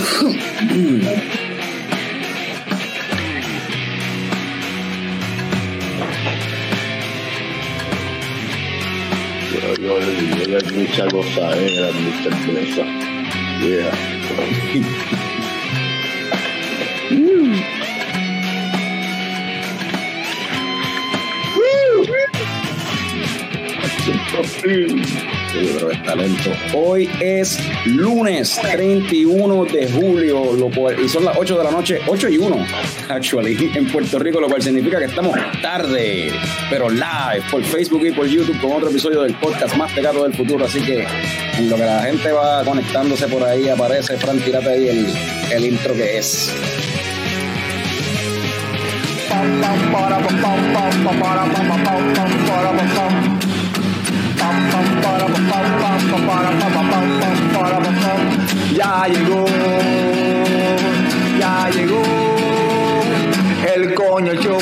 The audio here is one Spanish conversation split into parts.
Yo mucha gozadera, mucha empresa. Yeah. Talento. Hoy es lunes 31 de julio, lo cual, y son las 8 de la noche, 8 y 1, actually, en Puerto Rico, lo cual significa que estamos tarde, pero live por Facebook y por YouTube con otro episodio del podcast más pegado del futuro. Así que en lo que la gente va conectándose por ahí, aparece Fran, tírate ahí el intro que es. Ya llegó el Coño Show,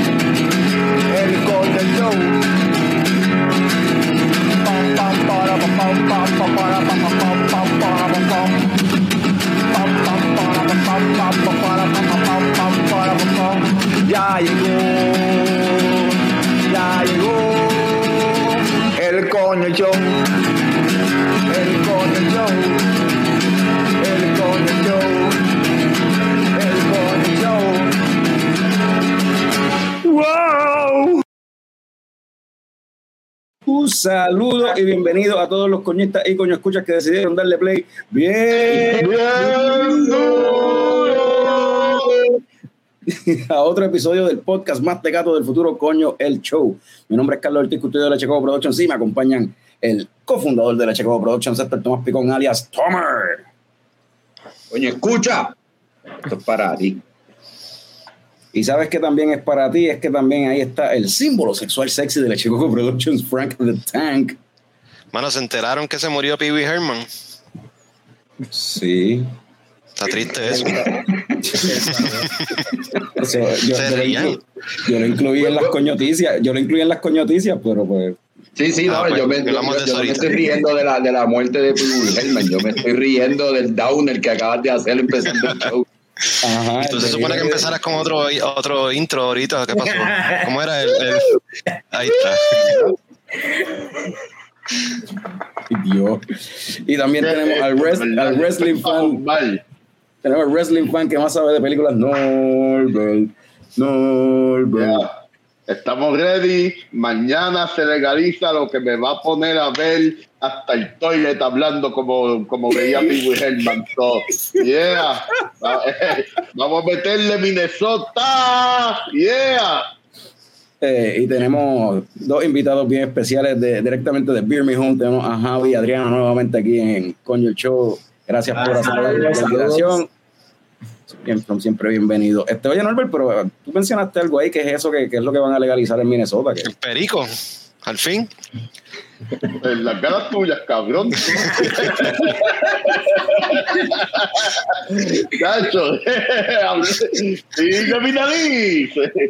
ya llegó el Coño Show. ¡Wow! Un saludo y bienvenido a todos los coñistas y coño escuchas que decidieron darle play bien a otro episodio del podcast más tecato del futuro, Coño el Show. Mi nombre es Carlos Ortiz, custodio de la Checobo Productions, y me acompañan el cofundador de la Checobo Productions, Héctor Tomás Picón, alias Tomer. Oye, escucha, esto es para ti. Y sabes que también es para ti, es que también ahí está el símbolo sexual sexy de la Checobo Productions, Frank the Tank. Mano, ¿se enteraron que se murió Pee Wee Herman? Sí. Está triste eso. Yo lo incluí en las coñoticias, pero pues... Sí, no, pues, yo me estoy riendo de la muerte de Pee Wee Herman. Yo me estoy riendo del downer que acabas de hacer empezando el show. Ajá, entonces se supone que empezaras con otro intro ahorita. ¿Qué pasó? ¿Cómo era ahí está. Dios. Y también tenemos al wrestling fan. Tenemos al wrestling fan que más sabe de películas. Norbert. Yeah. Estamos ready. Mañana se legaliza lo que me va a poner a ver hasta el toilet hablando como veía Pee Wee Herman. So, yeah. Vamos a meterle Minnesota. Yeah. Y tenemos dos invitados bien especiales directamente de Beer Me Home. Tenemos a Javi y Adriana nuevamente aquí en Coño el Show. Gracias por aceptar la invitación. Siempre bienvenido. Oye, Norbert, pero tú mencionaste algo ahí, que es eso, que es lo que van a legalizar en Minnesota. El perico, al fin. En las ganas tuyas, cabrón. Cacho, sigue mi nariz.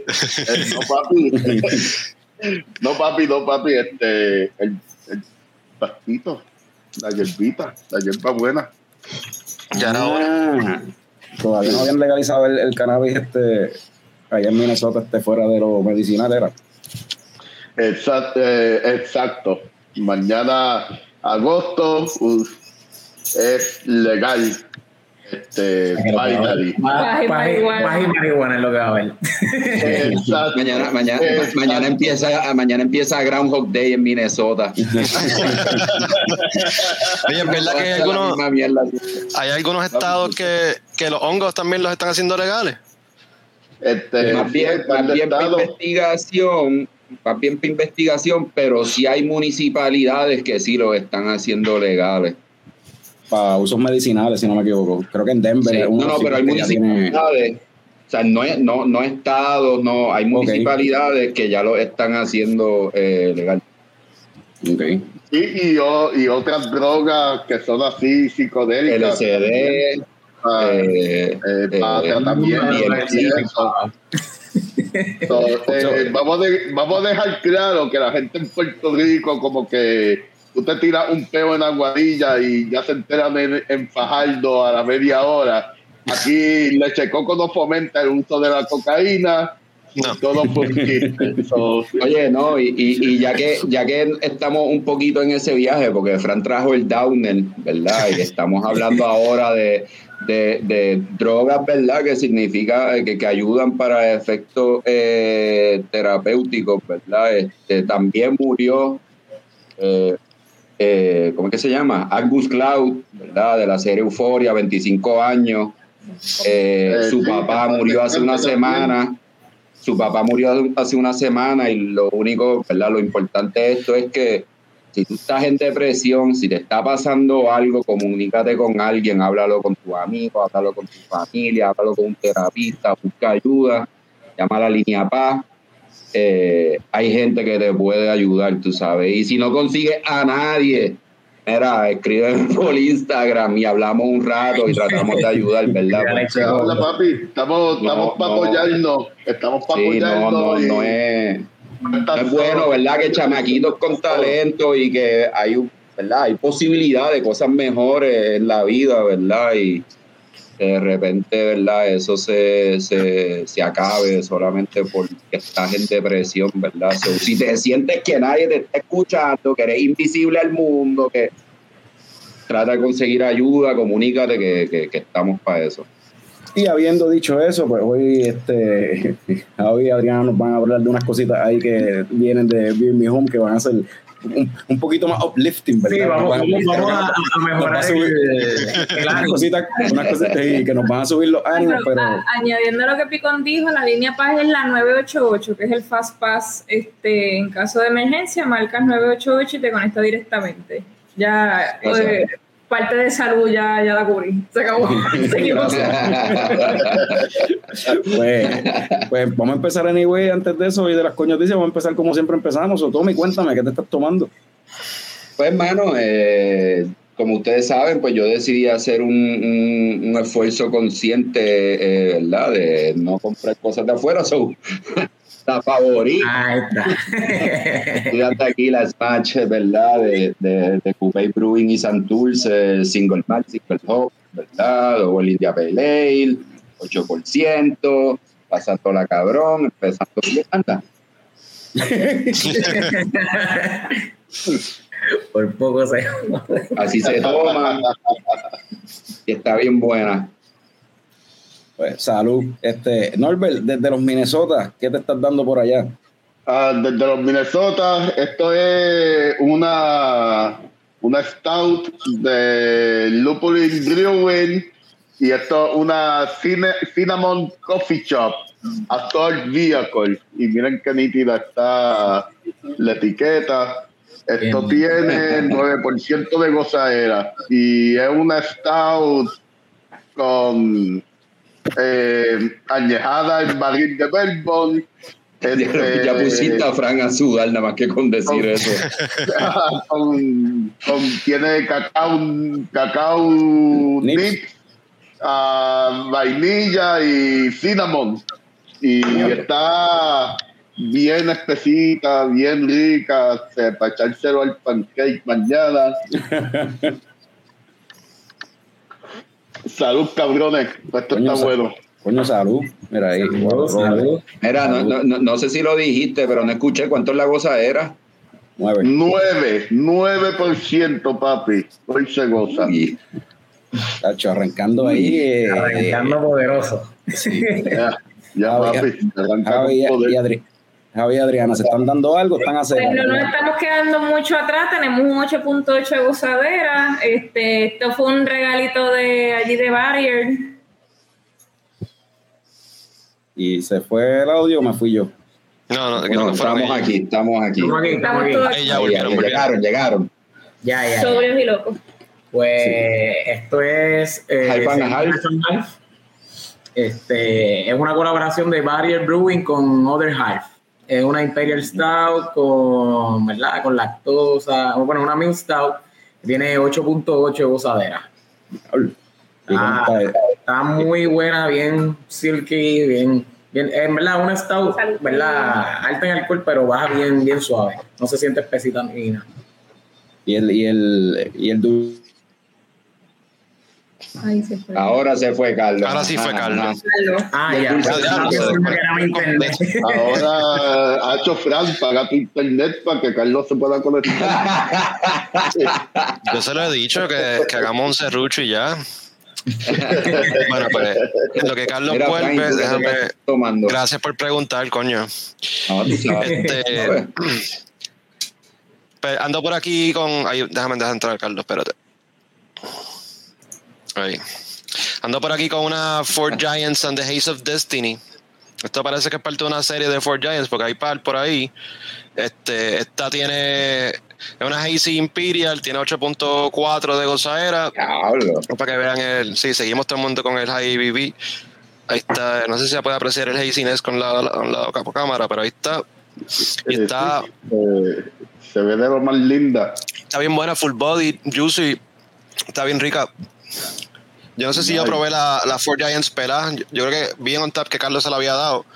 No, papi. El pastito, la hierba buena. Ya era hora. Todavía no habían legalizado el cannabis allá en Minnesota, fuera de lo medicinal, ¿era? Exacto. Mañana, agosto, es legal. Finally. Más marihuana es lo que va a haber. Exacto. Mañana empieza Groundhog Day en Minnesota. Oye, es verdad que hay algunos estados que los hongos también los están haciendo legales. Más bien para investigación, pero sí hay municipalidades que sí lo están haciendo legales. Para usos medicinales, si no me equivoco. Creo que en Denver. Sí, pero hay municipalidades. O sea, no estados, no. Hay municipalidades que ya lo están haciendo legal. Okay. Y otras drogas que son así psicodélicas. LSD. Para tratamiento. Vamos a dejar claro que la gente en Puerto Rico como que tú te tiras un peo en Aguadilla y ya se enteran en Fajardo a la media hora. Aquí Leche Coco no fomenta el uso de la cocaína. No. Todo fue un chiste. Oye, no, y ya que estamos un poquito en ese viaje, porque Fran trajo el Downer, ¿verdad? Y estamos hablando ahora de drogas, ¿verdad? Que significa que ayudan para efectos terapéuticos, ¿verdad? También murió, ¿cómo es que se llama? Angus Cloud, ¿verdad? De la serie Euphoria, 25 años. Su papá murió hace una semana. Su papá murió hace una semana y lo único, ¿verdad? Lo importante de esto es que si tú estás en depresión, si te está pasando algo, comunícate con alguien, háblalo con tu amigo, háblalo con tu familia, háblalo con un terapista, busca ayuda, llama a la línea Paz. Hay gente que te puede ayudar, tú sabes. Y si no consigues a nadie, mira, escribe por Instagram y hablamos un rato y tratamos de ayudar, ¿verdad? Hola, papi, estamos para apoyarnos. Estamos para apoyarnos. No es bueno, ¿verdad? Que chamaquitos con talento y que ¿verdad? Hay posibilidad de cosas mejores en la vida, ¿verdad? Y de repente, ¿verdad? Eso se acabe solamente porque estás en depresión, ¿verdad? Si te sientes que nadie te está escuchando, que eres invisible al mundo, que trata de conseguir ayuda, comunícate que estamos para eso. Y habiendo dicho eso, pues hoy Javi y Adriana nos van a hablar de unas cositas ahí que vienen de Be In Me Home, que van a ser un poquito más uplifting, ¿verdad? Sí, vamos a mejorar unas cositas que nos van a subir los ánimos, pero añadiendo lo que Picón dijo, la línea Paz es la 988, que es el Fast Pass. En caso de emergencia, marcas 988 y te conecta directamente. Ya parte de salud ya la cubrí. Se acabó. Seguimos. pues vamos a empezar anyway. Antes de eso y de las coñoticias, vamos a empezar como siempre empezamos. Tommy, cuéntame, ¿qué te estás tomando? Pues, hermano, como ustedes saben, pues yo decidí hacer un esfuerzo consciente, ¿verdad? De no comprar cosas de afuera. La favorita. Fíjate aquí la Smash, ¿verdad? De Coupé Brewing y Santurce, Single Malt, Single Hop, ¿verdad? Luego el India Pale Ale, 8%, pasando la cabrón, empezando bien, anda. Por poco así se toma y está bien buena. Pues salud. Norbert, desde los Minnesota, ¿qué te estás dando por allá? Desde los Minnesota, esto es una stout de Lupulin Brewing y esto es una Cinnamon Coffee Shop Assault Vehicle. Y miren qué nítida está la etiqueta. Esto tiene 9% de gozadera y es una stout con añejada en barril de bourbon. Ya pusiste a Fran a sudar nada más que con decir eso. Tiene cacao nips, vainilla y cinnamon y está bien espesita, bien rica, para echárselo al pancake mañana. Salud, cabrones. Esto está bueno. Coño, salud. Mira ahí. Salud. Mira, no sé si lo dijiste, pero no escuché cuánto es la gozadera. 9%, papi. Hoy se goza. Tacho, arrancando ahí. Arrancando poderoso. Sí. Ya papi. Javi y Adriana, ¿se están dando algo? ¿Están haciendo? Pues no nos estamos quedando mucho atrás, tenemos un 8.8 de gozadera. Esto fue un regalito de allí de Barrier. ¿Y se fue el audio o me fui yo? No, estamos aquí. Estamos aquí. Llegaron. Ya. Sobrios y locos. Pues esto es Half and Half. Es una colaboración de Barrier Brewing con Other Half. Es una Imperial Stout con lactosa, bueno, una Milk Stout, tiene 8.8 de gozadera. Está muy buena, bien silky, bien, en verdad una Stout, ¿verdad? Alta en alcohol, pero baja bien suave, no se siente espesita ni nada. Y el Ahí se fue. Ahora se fue Carlos. Ahora sí fue Carlos. Ya. Ahora ha hecho Fran, paga tu internet para que Carlos se pueda conectar. Yo se lo he dicho que hagamos un serrucho y ya. Bueno, pues en lo que Carlos Mira, vuelve, Frank, déjame. tomando. Gracias por preguntar, coño. No, tú sabes. Pues ando por aquí con. Ahí, déjame entrar, Carlos, espérate. Ahí. Ando por aquí con una Ford Giants and the Haze of Destiny. Esto parece que es parte de una serie de Ford Giants porque hay par por ahí. Esta tiene. Es una Hazy Imperial, tiene 8.4 de gozadera. Diablo. Para que vean sí, seguimos todo el mundo con el High BB. Ahí está, no sé si se puede apreciar el haziness con la cámara, pero ahí está. Y está. Se ve de lo más linda. Está bien buena, full body, juicy. Está bien rica. Yo no sé si yo probé la Ford Giants pelada. Yo creo que vi en On Tap que Carlos se la había dado.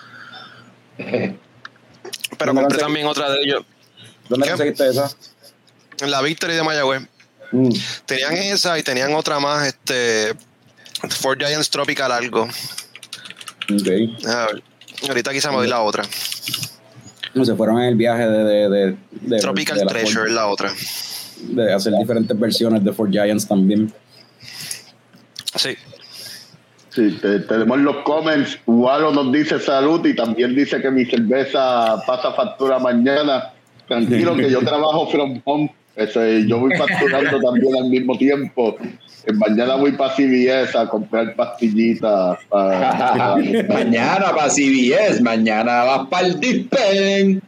Pero compré también otra de ellos. ¿Dónde conseguiste esa? En la Victory de Mayagüez. Tenían esa y tenían otra más, Ford Giants Tropical algo. Okay. A ver, ahorita quizá me doy la otra. Se fueron en el viaje de Tropical Treasure es la otra. De hacer diferentes versiones de Ford Giants también. Sí. Sí, tenemos los comments. Walo nos dice salud y también dice que mi cerveza pasa factura mañana. Tranquilo que yo trabajo from home. Yo voy facturando también al mismo tiempo. Mañana voy para CVS a comprar pastillitas. Mañana para CVS, mañana vas para el Dispen.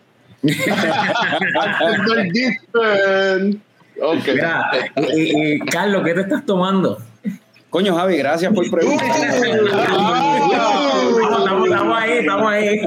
El Dispen. Okay. Mira, Carlos, ¿qué te estás tomando? Coño, Javi, gracias por preguntar. Estamos ahí.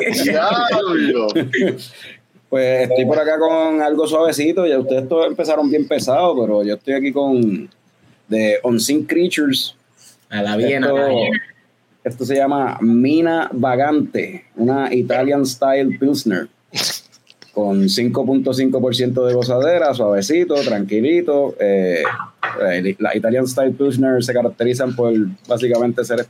Pues estoy por acá con algo suavecito. Ya ustedes todos empezaron bien pesados, pero yo estoy aquí con The Unseen Creatures. A la Viena. Esto se llama Mina Vagante, una Italian Style Pilsner con 5.5% de gozadera, suavecito, tranquilito. Las Italian Style Pilsner se caracterizan por básicamente ser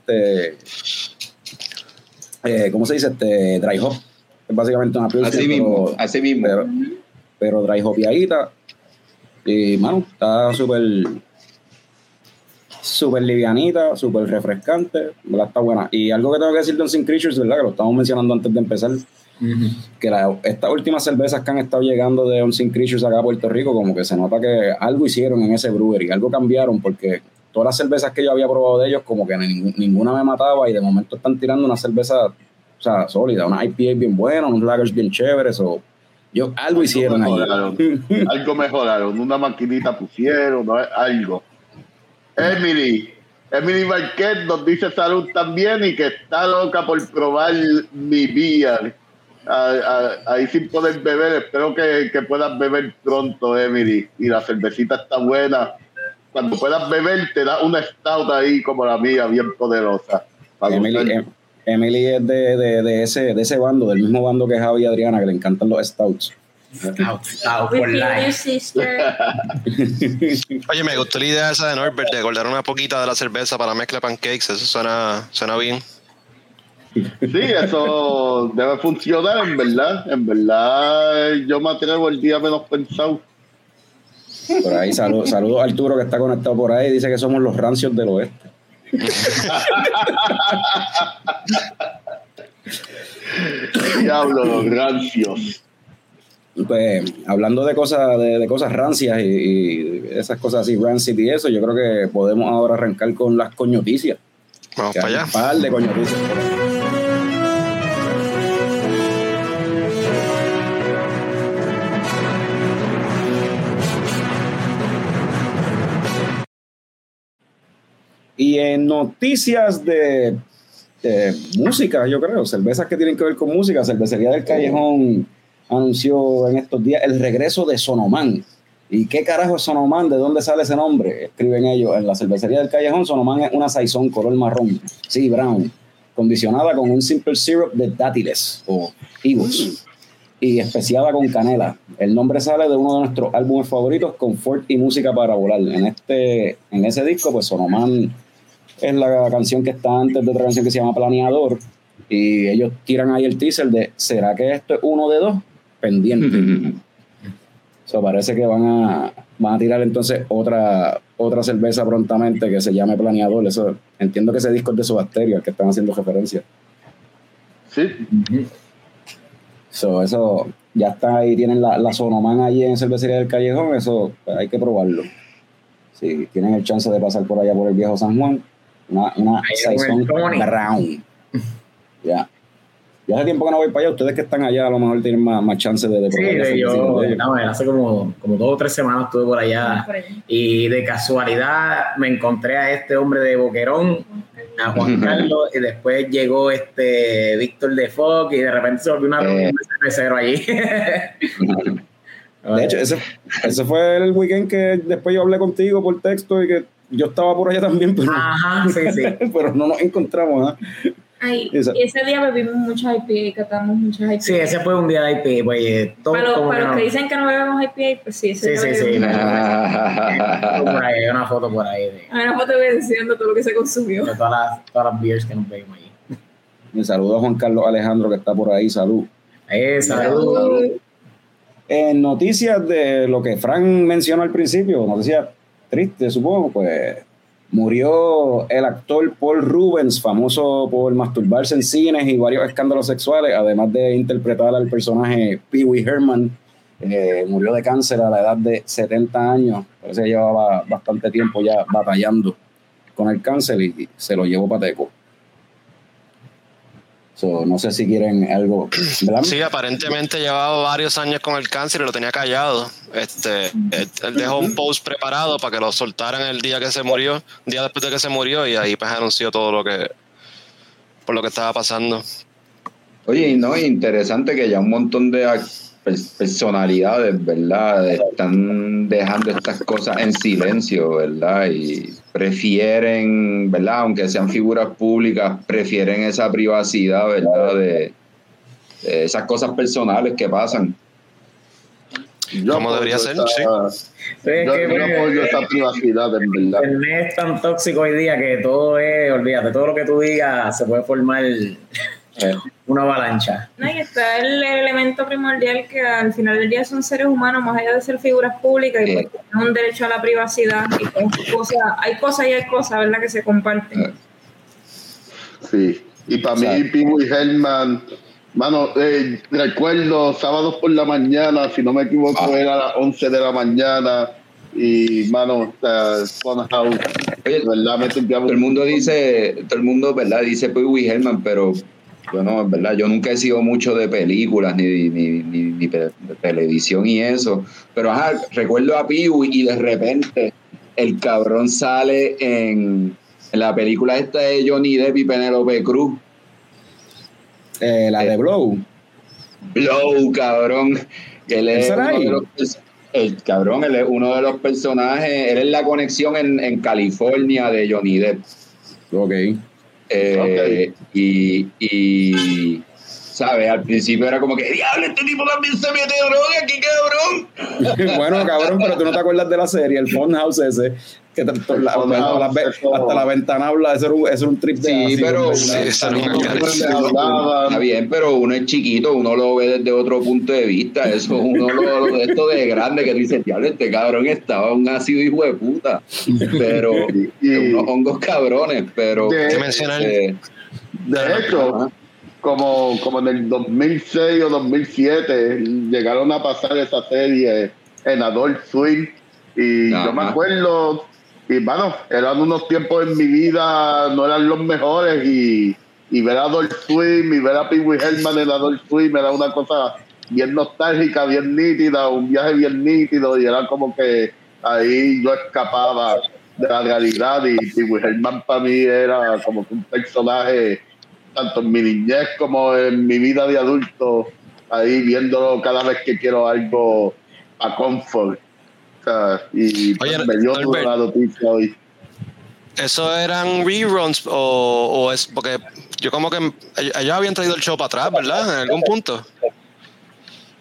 ¿cómo se dice? Dry hop. Es básicamente una Pilsner. Así mismo. Pero dry hopiadita. Y, mano, está súper livianita, súper refrescante, ¿verdad? Está buena. Y algo que tengo que decir de Unseen Creatures, ¿verdad? Que lo estamos mencionando antes de empezar, que estas últimas cervezas que han estado llegando de Unseen Creatures acá a Puerto Rico, como que se nota que algo hicieron en ese brewery, algo cambiaron, porque todas las cervezas que yo había probado de ellos, como que ninguna me mataba, y de momento están tirando una cerveza, o sea, sólida, una IPA bien buena, unos lagers bien chéveres, algo hicieron ahí. Algo mejoraron, una maquinita pusieron, ¿no? Algo. Emily Marquez nos dice salud también y que está loca por probar mi beer. Ahí sin poder beber, espero que puedas beber pronto, Emily. Y la cervecita está buena. Cuando puedas beber, te da una stout ahí como la mía, bien poderosa. Emily es de ese bando, del mismo bando que Javi y Adriana, que le encantan los stouts. Oye, me gustó la idea esa de Norbert de guardar una poquita de la cerveza para la mezcla de pancakes. Eso suena bien. Sí, eso debe funcionar, en verdad. En verdad, yo me atrevo el día menos pensado. Por ahí, saludos a Arturo, que está conectado por ahí. Dice que somos los rancios del oeste. Diablo, los rancios. Pues hablando de cosas rancias y esas cosas así, rancid y eso, yo creo que podemos ahora arrancar con las coñoticias. Vamos para allá. Un par de coñoticias. Y en noticias de música, yo creo, cervezas que tienen que ver con música, Cervecería del Callejón anunció en estos días el regreso de Sonoman. ¿Y qué carajo es Sonoman? ¿De dónde sale ese nombre? Escriben ellos en la Cervecería del Callejón. Sonoman es una saison color marrón, brown, condicionada con un simple syrup de dátiles o higos. y especiada con canela. El nombre sale de uno de nuestros álbumes favoritos, Confort y Música para Volar. En ese disco, pues Sonoman es la canción que está antes de otra canción que se llama Planeador, y ellos tiran ahí el teaser de ¿será que esto es uno de dos? Pendiente. Parece que van a tirar entonces otra cerveza prontamente que se llame Planeador. Eso, entiendo que ese disco es de Soda Stereo, al que están haciendo referencia. Sí. Eso ya está ahí, tienen la Sonoman allí en Cervecería del Callejón. Eso pues, hay que probarlo. Si tienen el chance de pasar por allá por el viejo San Juan, una Saison Brown. Ya. Yo hace tiempo que no voy para allá. Ustedes que están allá a lo mejor tienen más chance de probar. Sí, hace como 2 o 3 semanas estuve por allá y de casualidad me encontré a este hombre de Boquerón, a Juan Carlos, y después llegó Víctor de Fox y de repente se volvió una reunión de cervecero allí. De hecho, ese fue el weekend que después yo hablé contigo por texto y que yo estaba por allá también, pero, pero no nos encontramos. Ay, y ese día bebimos muchas IPA y catamos muchas IPA. Sí, ese fue un día de IPA. Pues, para los que dicen que no bebemos IPA, pues sí. Sí. Hay una foto por ahí. Hay una foto diciendo todo lo que se consumió. De todas las beers que nos bebimos allí. Un saludo a Juan Carlos Alejandro que está por ahí. Salud. Salud. En noticias de lo que Frank mencionó al principio, noticias tristes, supongo, pues murió el actor Paul Rubens, famoso por masturbarse en cines y varios escándalos sexuales, además de interpretar al personaje Pee Wee Herman. Murió de cáncer a la edad de 70 años. Parece que llevaba bastante tiempo ya batallando con el cáncer y se lo llevó Pateco. No sé si quieren algo, ¿verdad? Sí, aparentemente llevaba varios años con el cáncer y lo tenía callado. Él dejó un post preparado para que lo soltaran el día que se murió, día después de que se murió, y ahí pues anunció todo por lo que estaba pasando. Oye, y no, interesante que ya un montón de personalidades, ¿verdad? Están dejando estas cosas en silencio, ¿verdad? Y prefieren, ¿verdad? Aunque sean figuras públicas, prefieren esa privacidad, ¿verdad? De esas cosas personales que pasan. Como debería ser, sí. Yo no apoyo esa privacidad, en verdad. Internet es tan tóxico hoy día que todo olvídate, todo lo que tú digas se puede formar una avalancha. No, y está el elemento primordial que al final del día son seres humanos, más allá de ser figuras públicas, y pues tienen un derecho a la privacidad. Y hay cosas, ¿verdad?, que se comparten. Sí, y para mí, Pee Wee Herman, mano, recuerdo sábados por la mañana, si no me equivoco, era a las 11 de la mañana. Y, mano, Funhouse, ¿verdad? Todo el mundo, ¿verdad? Dice Pee Wee Herman, pero bueno, verdad, yo nunca he sido mucho de películas ni de televisión y eso, pero recuerdo a Pee Wee y de repente el cabrón sale en la película esta de Johnny Depp y Penélope Cruz, la de Blow, cabrón, que él es uno de los personajes, él es la conexión en California de Johnny Depp. Okay. Y ¿sabes? Al principio era como que diablo, este tipo también se mete droga, qué cabrón. Bueno, cabrón, pero tú no te acuerdas de la serie, el Funhouse ese, que hasta la ventana habla, eso era un trip de sí, pero está bien, pero uno es chiquito, uno lo ve desde otro punto de vista, eso uno lo de esto de grande que tú dices, diablo, este cabrón estaba un ácido hijo de puta, pero unos hongos cabrones, pero de hecho, como en el 2006 o 2007 llegaron a pasar esa serie en Adult Swim y yo me acuerdo, y bueno, eran unos tiempos en mi vida, no eran los mejores, y ver a Adult Swim y ver a Pee Wee Herman en Adult Swim era una cosa bien nostálgica, bien nítida, un viaje bien nítido, y era como que ahí yo escapaba de la realidad, y Pee Wee Herman para mí era como que un personaje tanto en mi niñez como en mi vida de adulto, ahí viéndolo cada vez que quiero algo a comfort. O sea, y oye, me dio la noticia hoy. ¿Eso eran reruns o es porque yo como que ellos habían traído el show para atrás, ¿verdad? En algún punto.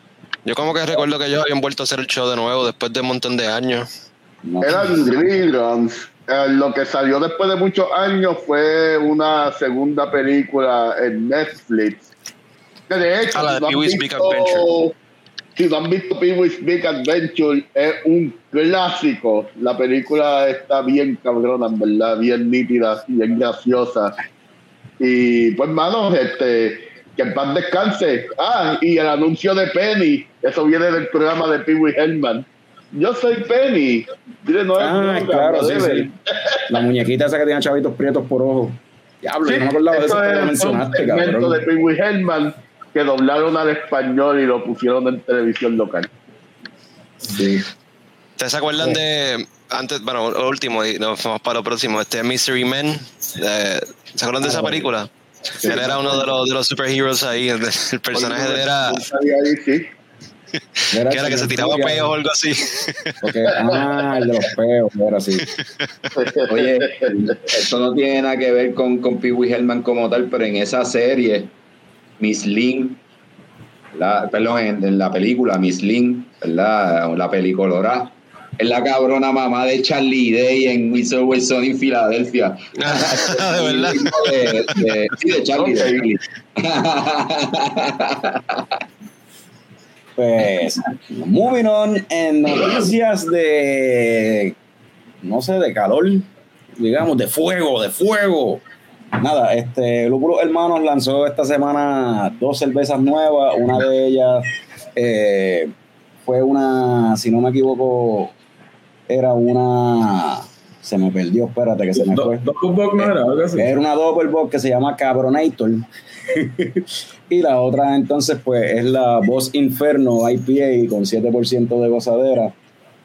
Yo como que recuerdo que ellos habían vuelto a hacer el show de nuevo después de un montón de años. No. Eran reruns. Lo que salió después de muchos años fue una segunda película en Netflix. Que de hecho, la de Pee-wee's Big Adventure. Si no han visto Pee-wee's Big Adventure, es un clásico. La película está bien cabrona, en verdad, bien nítida, bien graciosa. Y pues, mano, que en paz descanse. Y el anuncio de Penny, eso viene del programa de Pee Wee Herman. Yo soy Penny. Dile, no es claro, sí. La muñequita esa que tiene chavitos prietos por ojo. Diablo, sí, yo no me acordaba de eso que lo mencionaste, cabrón. de Pee Wee Herman que doblaron al español y lo pusieron en televisión local. Sí. ¿Ustedes se acuerdan de antes, bueno, lo último, y nos vamos para lo próximo, Mystery Men? ¿Se acuerdan de esa película? Sí, él era uno de los superheroes ahí, el personaje de él era... Que era que se tiraba peos o algo así. Okay. El de los peos, era así. Oye, esto no tiene nada que ver con Pee Wee Herman como tal, pero en esa serie, Miss Lynn, en la película, Miss Lynn, ¿verdad? La pelicolora, es la cabrona mamá de Charlie Day en It's Always Sunny en Filadelfia. ¿De verdad? De Charlie Day. Pues, moving on, en noticias de, no sé, de calor, digamos, de fuego. Nada, Lúpulos Hermanos lanzó esta semana 2 cervezas nuevas. Una de ellas fue una, si no me equivoco, era una, se me perdió, espérate que se me fue. Doppelbock no era, algo así. Era una Doppelbock que se llama Cabronator. Y la otra entonces pues es la Boss Inferno IPA con 7% de gozadera.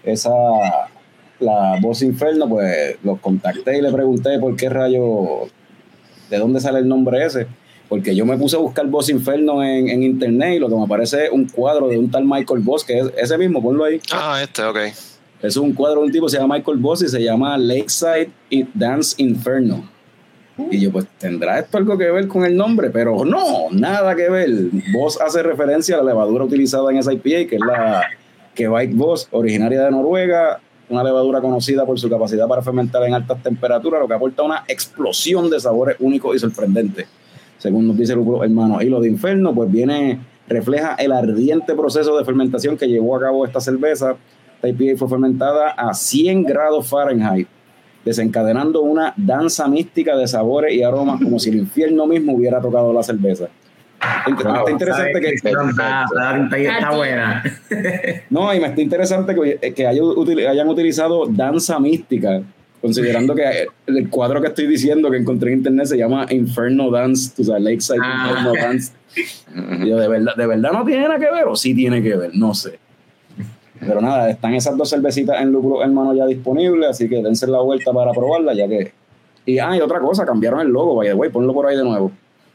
La Boss Inferno, pues los contacté y le pregunté por qué rayo, de dónde sale el nombre ese, porque yo me puse a buscar Boss Inferno en internet y lo que me aparece es un cuadro de un tal Michael Boss, que es ese mismo, ponlo ahí. Ok. Es un cuadro de un tipo que se llama Michael Boss y se llama Lakeside Dance Inferno. Y yo, pues, ¿tendrá esto algo que ver con el nombre? Pero no, nada que ver. Boss hace referencia a la levadura utilizada en esa IPA, que es la Kveik Boss, originaria de Noruega, una levadura conocida por su capacidad para fermentar en altas temperaturas, lo que aporta una explosión de sabores únicos y sorprendentes, según nos dice Lúpulos Hermanos. Y lo de Inferno, pues refleja el ardiente proceso de fermentación que llevó a cabo esta cerveza. Esta IPA fue fermentada a 100 grados Fahrenheit, desencadenando una danza mística de sabores y aromas como si el infierno mismo hubiera tocado la cerveza. Está interesante que está buena. No, y me está interesante que hayan utilizado danza mística, considerando que el cuadro que estoy diciendo que encontré en internet se llama Inferno Dance, o sea, Lakeside Inferno Dance. Y yo, ¿de verdad no tiene nada que ver? ¿O sí tiene que ver? No sé. Pero nada, están esas 2 cervecitas en Lúpulos Hermanos ya disponibles, así que dense la vuelta para probarla, ya que... Y otra cosa, cambiaron el logo, by the way, ponlo por ahí de nuevo.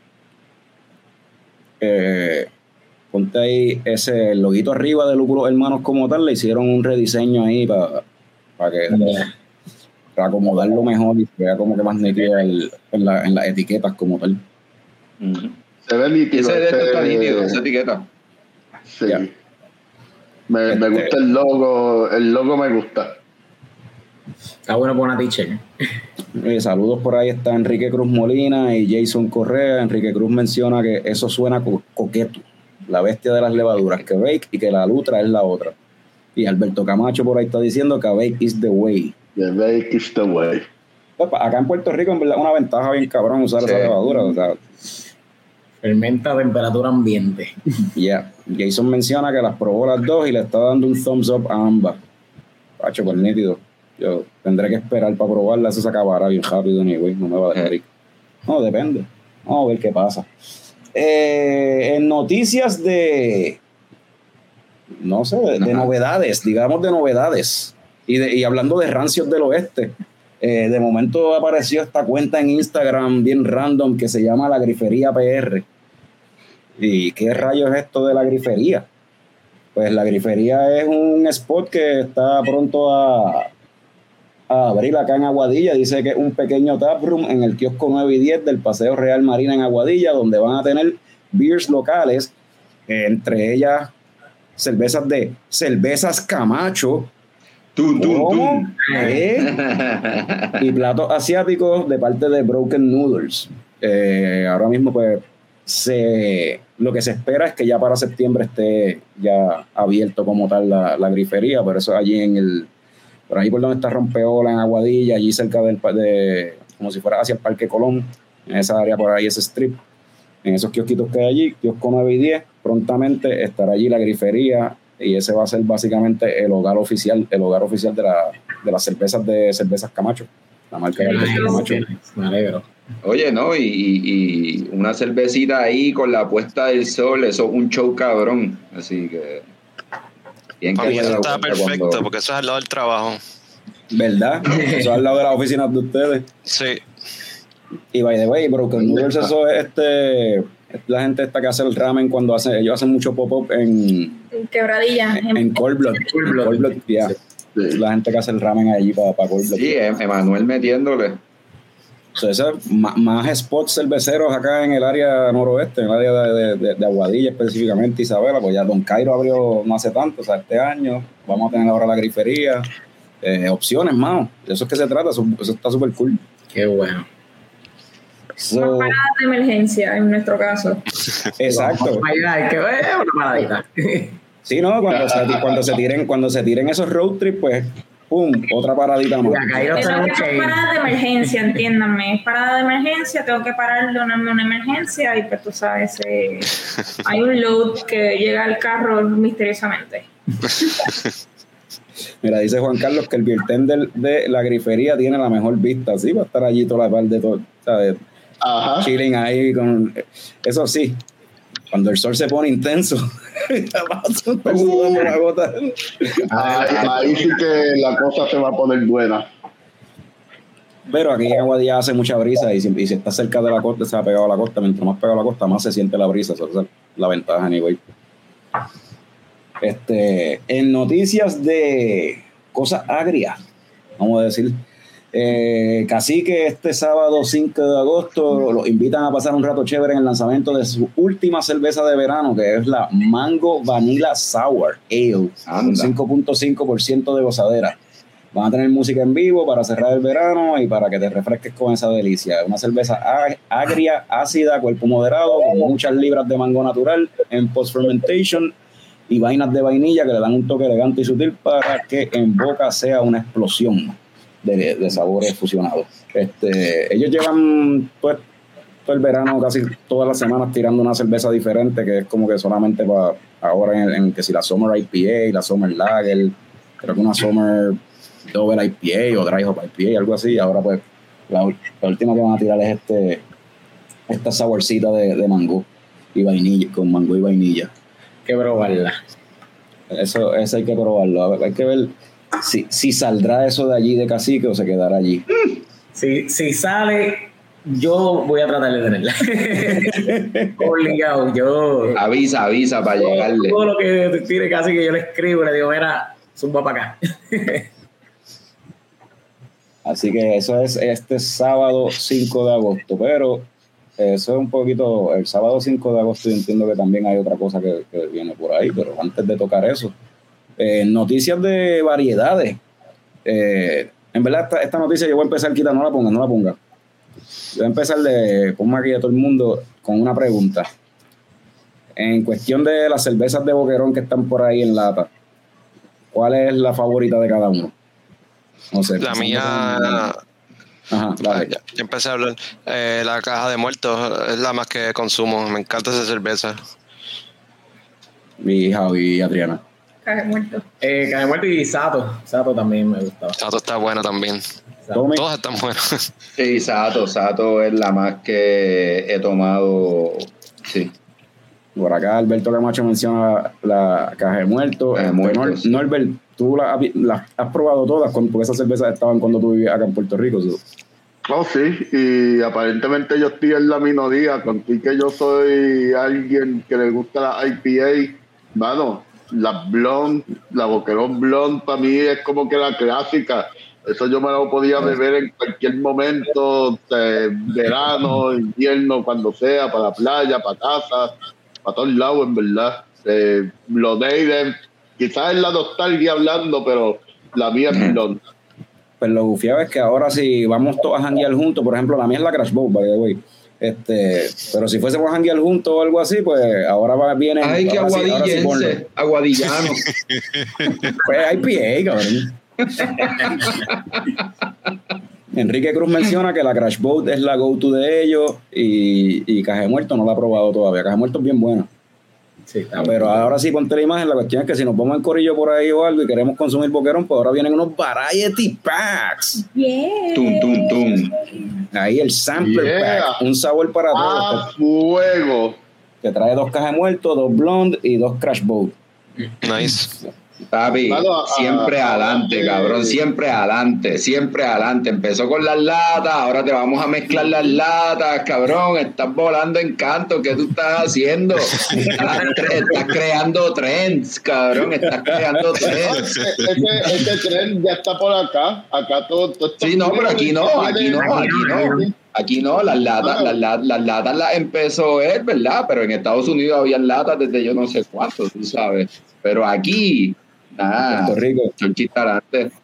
Ponte ahí ese loguito arriba de Lúpulos Hermanos como tal, le hicieron un rediseño ahí para acomodarlo mejor y se vea como que más nítido en las etiquetas como tal. Se ve nítido. Ese de esto está nítido, esa etiqueta. Sí. Yeah. Me gusta el logo me gusta. Está bueno por una t-shirt. Saludos, por ahí está Enrique Cruz Molina y Jason Correa. Enrique Cruz menciona que eso suena coqueto, la bestia de las levaduras, Kveik, y que la Lutra es la otra. Y Alberto Camacho por ahí está diciendo que Kveik is the way. Kveik is the way. Acá en Puerto Rico en verdad una ventaja bien cabrón usar esa levadura, o sea, fermenta a temperatura ambiente. Jason menciona que las probó las 2 y le está dando un thumbs up a ambas. Pacho, por nítido. Yo tendré que esperar para probarla, eso se acabará bien rápido, anyway, no me va a dejar rico. No, depende. Vamos a ver qué pasa. En noticias de novedades, digamos de novedades, y hablando de rancios del oeste, de momento apareció esta cuenta en Instagram bien random que se llama La Grifería PR. ¿Y qué rayos es esto de La Grifería? Pues La Grifería es un spot que está pronto a abrir acá en Aguadilla. Dice que es un pequeño taproom en el kiosco 9 y 10 del Paseo Real Marina en Aguadilla, donde van a tener beers locales, entre ellas cervezas de Cervezas Camacho. Tum, tum, tum. Y platos asiáticos de parte de Broken Noodles. Ahora mismo pues lo que se espera es que ya para septiembre esté ya abierto como tal la grifería, pero eso allí por ahí por donde está Rompeola, en Aguadilla, allí cerca como si fuera hacia el Parque Colón, en esa área por ahí, ese strip, en esos kiosquitos que hay allí, kiosco 9 y 10, prontamente estará allí la grifería, y ese va a ser básicamente el hogar oficial de las cervezas de Cervezas Camacho, la marca de Camacho. Me alegro. Oye, ¿no? Y una cervecita ahí con la puesta del sol, eso es un show cabrón. Así que... Para mí eso está perfecto, porque eso es al lado del trabajo. ¿Verdad? Eso es al lado de las oficinas de ustedes. Sí. Y by the way, Broken Noodles, eso es la gente esta que hace el ramen cuando ellos hacen mucho pop-up en Quebradilla. En Cold Blood. Cold Blood, yeah. Sí. La gente que hace el ramen allí para Cold Blood. Sí, Emanuel metiéndole. Entonces, más spots cerveceros acá en el área noroeste, en el área de Aguadilla específicamente, Isabela, pues ya Don Cairo abrió no hace tanto, o sea, este año vamos a tener ahora la grifería, opciones, mano, de eso es que se trata, eso está súper cool. Qué bueno. Una parada de emergencia en nuestro caso. Exacto. Hay que ver una paradita. Sí, no, cuando se tiren esos road trips, pues ¡pum! Otra paradita más. Pero que no es parada de emergencia, entiéndanme. Es parada de emergencia, tengo que parar de una emergencia y pues tú sabes, hay un load que llega al carro misteriosamente. Mira, dice Juan Carlos que el bartender de la grifería tiene la mejor vista. Sí, va a estar allí toda la parte de todo, ¿sabes? Ajá. Chilling ahí con... Eso sí, cuando el sol se pone intenso, ahí sí que la cosa se va a poner buena. Pero aquí en Aguadilla hace mucha brisa y si está cerca de la costa, se ha pegado a la costa. Mientras más pegado a la costa, más se siente la brisa. Esa es la ventaja, anyway. En noticias de cosas agrias, vamos a decir, Cacique este sábado 5 de agosto los invitan a pasar un rato chévere en el lanzamiento de su última cerveza de verano, que es la Mango Vanilla Sour Ale, con 5.5% de gozadera. Van a tener música en vivo para cerrar el verano y para que te refresques con esa delicia. Una cerveza agria, ácida, cuerpo moderado, con muchas libras de mango natural en post-fermentation y vainas de vainilla que le dan un toque elegante y sutil para que en boca sea una explosión de sabores fusionados. Ellos llevan pues, todo el verano, casi todas las semanas, tirando una cerveza diferente, que es como que solamente para ahora en que si la Summer IPA, la Summer Lager, creo que una Summer Double IPA o Dry Hop IPA, algo así. Ahora pues la última que van a tirar es esta saborcita de mango y vainilla, con mango y vainilla. Hay que probarla. Eso hay que probarlo. A ver, hay que ver si saldrá eso de allí de Cacique o se quedará allí. Si sale, yo voy a tratar de tenerla. Obligado, yo. Avisa para llegarle. Todo lo que tire Cacique yo le escribo, le digo, mira, zumba para acá. Así que eso es este sábado 5 de agosto, pero eso es un poquito, el sábado 5 de agosto yo entiendo que también hay otra cosa que viene por ahí, pero antes de tocar eso, noticias de variedades. En verdad esta noticia yo voy a empezar, Quita, no la ponga. Yo voy a empezar ponme aquí a todo el mundo con una pregunta. En cuestión de las cervezas de Boquerón que están por ahí en lata, ¿cuál es la favorita de cada uno? No sé. La mía... Ajá, ya empecé a hablar. La Caja de Muertos es la más que consumo. Me encanta esa cerveza. Mi Javi y Adriana. Caja de Muertos. Caja de Muertos y Sato. Sato también me gustaba. Sato está buena también. Todas están buenas. Sí, Sato es la más que he tomado. Sí. Por acá Alberto Camacho menciona la Caja de Muertos. Norbert, ¿tú las has probado todas? Porque esas cervezas estaban cuando tú vivías acá en Puerto Rico. Oh, sí, y aparentemente yo estoy en la minoría. Contigo que yo soy alguien que le gusta la IPA. Mano, la Blonde, la Boquerón Blonde para mí es como que la clásica. Eso yo me lo podía beber en cualquier momento, verano, invierno, cuando sea, para la playa, para casa, para todos lados, en verdad. Lo de quizás es la nostalgia hablando, pero la mía es blonde. Pues lo gufiado es que ahora si vamos todos a janguear juntos, por ejemplo, la mía es la Crash Boat, by the way. Pero si fuésemos a janguear juntos o algo así, pues ahora viene. Ay, que aguadillense, aguadillano. Pues hay pie, cabrón. Enrique Cruz menciona que la Crash Boat es la go-to de ellos y Caja de Muertos no la ha probado todavía. Caja de Muertos es bien buena. Sí, pero ahora sí, ponte la imagen. La cuestión es que si nos vamos en corillo por ahí o algo y queremos consumir boquerón, pues ahora vienen unos variety packs. Yeah. Tum, tum, tum. Ahí el sampler pack, un sabor para todos. Fuego. Que trae 2 Cajas de Muertos, 2 Blonde y 2 Crash Boat. Nice. Papi, siempre adelante, cabrón, siempre adelante. Empezó con las latas, ahora te vamos a mezclar las latas, cabrón. Estás volando en canto, ¿qué tú estás haciendo? Estás creando trends, cabrón, estás creando trends. Ese tren ya está por acá todo sí, no, pero aquí no. Aquí no, las latas las empezó él, ¿verdad? Pero en Estados Unidos había latas desde yo no sé cuánto, tú sabes. Pero aquí, nada, Puerto Rico. Chonchita adelante.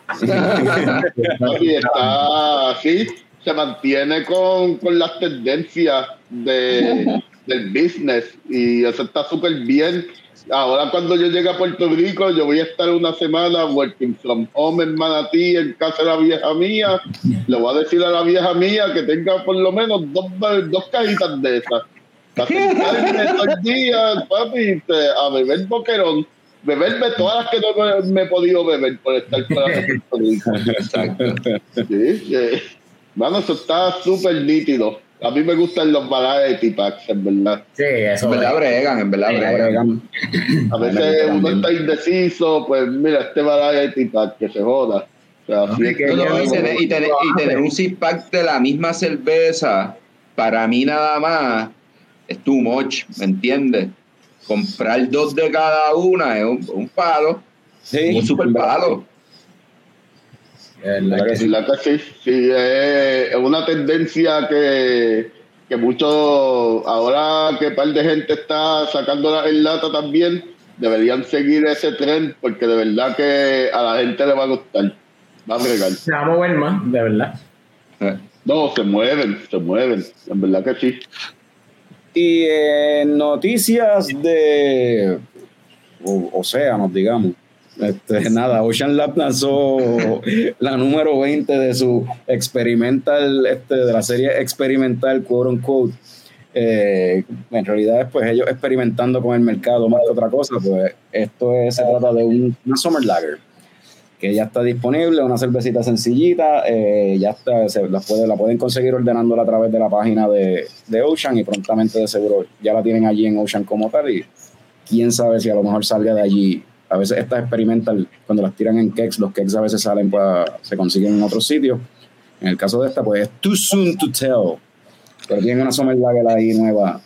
Y está así, se mantiene con las tendencias del business y eso está súper bien. Ahora cuando yo llegue a Puerto Rico, yo voy a estar una semana working from home en Manatí, en casa de la vieja mía. Le voy a decir a la vieja mía que tenga por lo menos dos cajitas de esas. Para sentarme todo el día, papi, a beber boquerón. Beberme todas las que no me he podido beber por estar fuera de Puerto Rico. Exacto. Sí. Bueno, eso está súper nítido. A mí me gustan los variety packs, en verdad. Sí, eso. En verdad bregan. A veces uno está indeciso, pues mira, este variety pack que se joda. O sea, así es que y tener un six pack de la misma cerveza, para mí nada más, es too much, ¿me entiendes? Comprar 2 de cada una es un palo. Sí, un super palo. Sí, es una tendencia que muchos, ahora que par de gente está sacándola en lata también, deberían seguir ese trend porque de verdad que a la gente le va a gustar. Va a bregar. Se va a mover más, de verdad. No, se mueven, en verdad que sí. Y noticias de océanos, digamos. Nada, Ocean Lab lanzó la número 20 de su experimental, de la serie experimental, quote unquote. En realidad, pues ellos experimentando con el mercado más que otra cosa, pues esto se trata de una Summer Lager que ya está disponible, una cervecita sencillita, ya está, la pueden conseguir ordenándola a través de la página de Ocean y prontamente de seguro ya la tienen allí en Ocean como tal y quién sabe si a lo mejor salga de allí. A veces estas experimental, cuando las tiran en kegs, los kegs a veces salen, se consiguen en otros sitios. En el caso de esta, pues es too soon to tell. Pero tienen una Summer Lager ahí nueva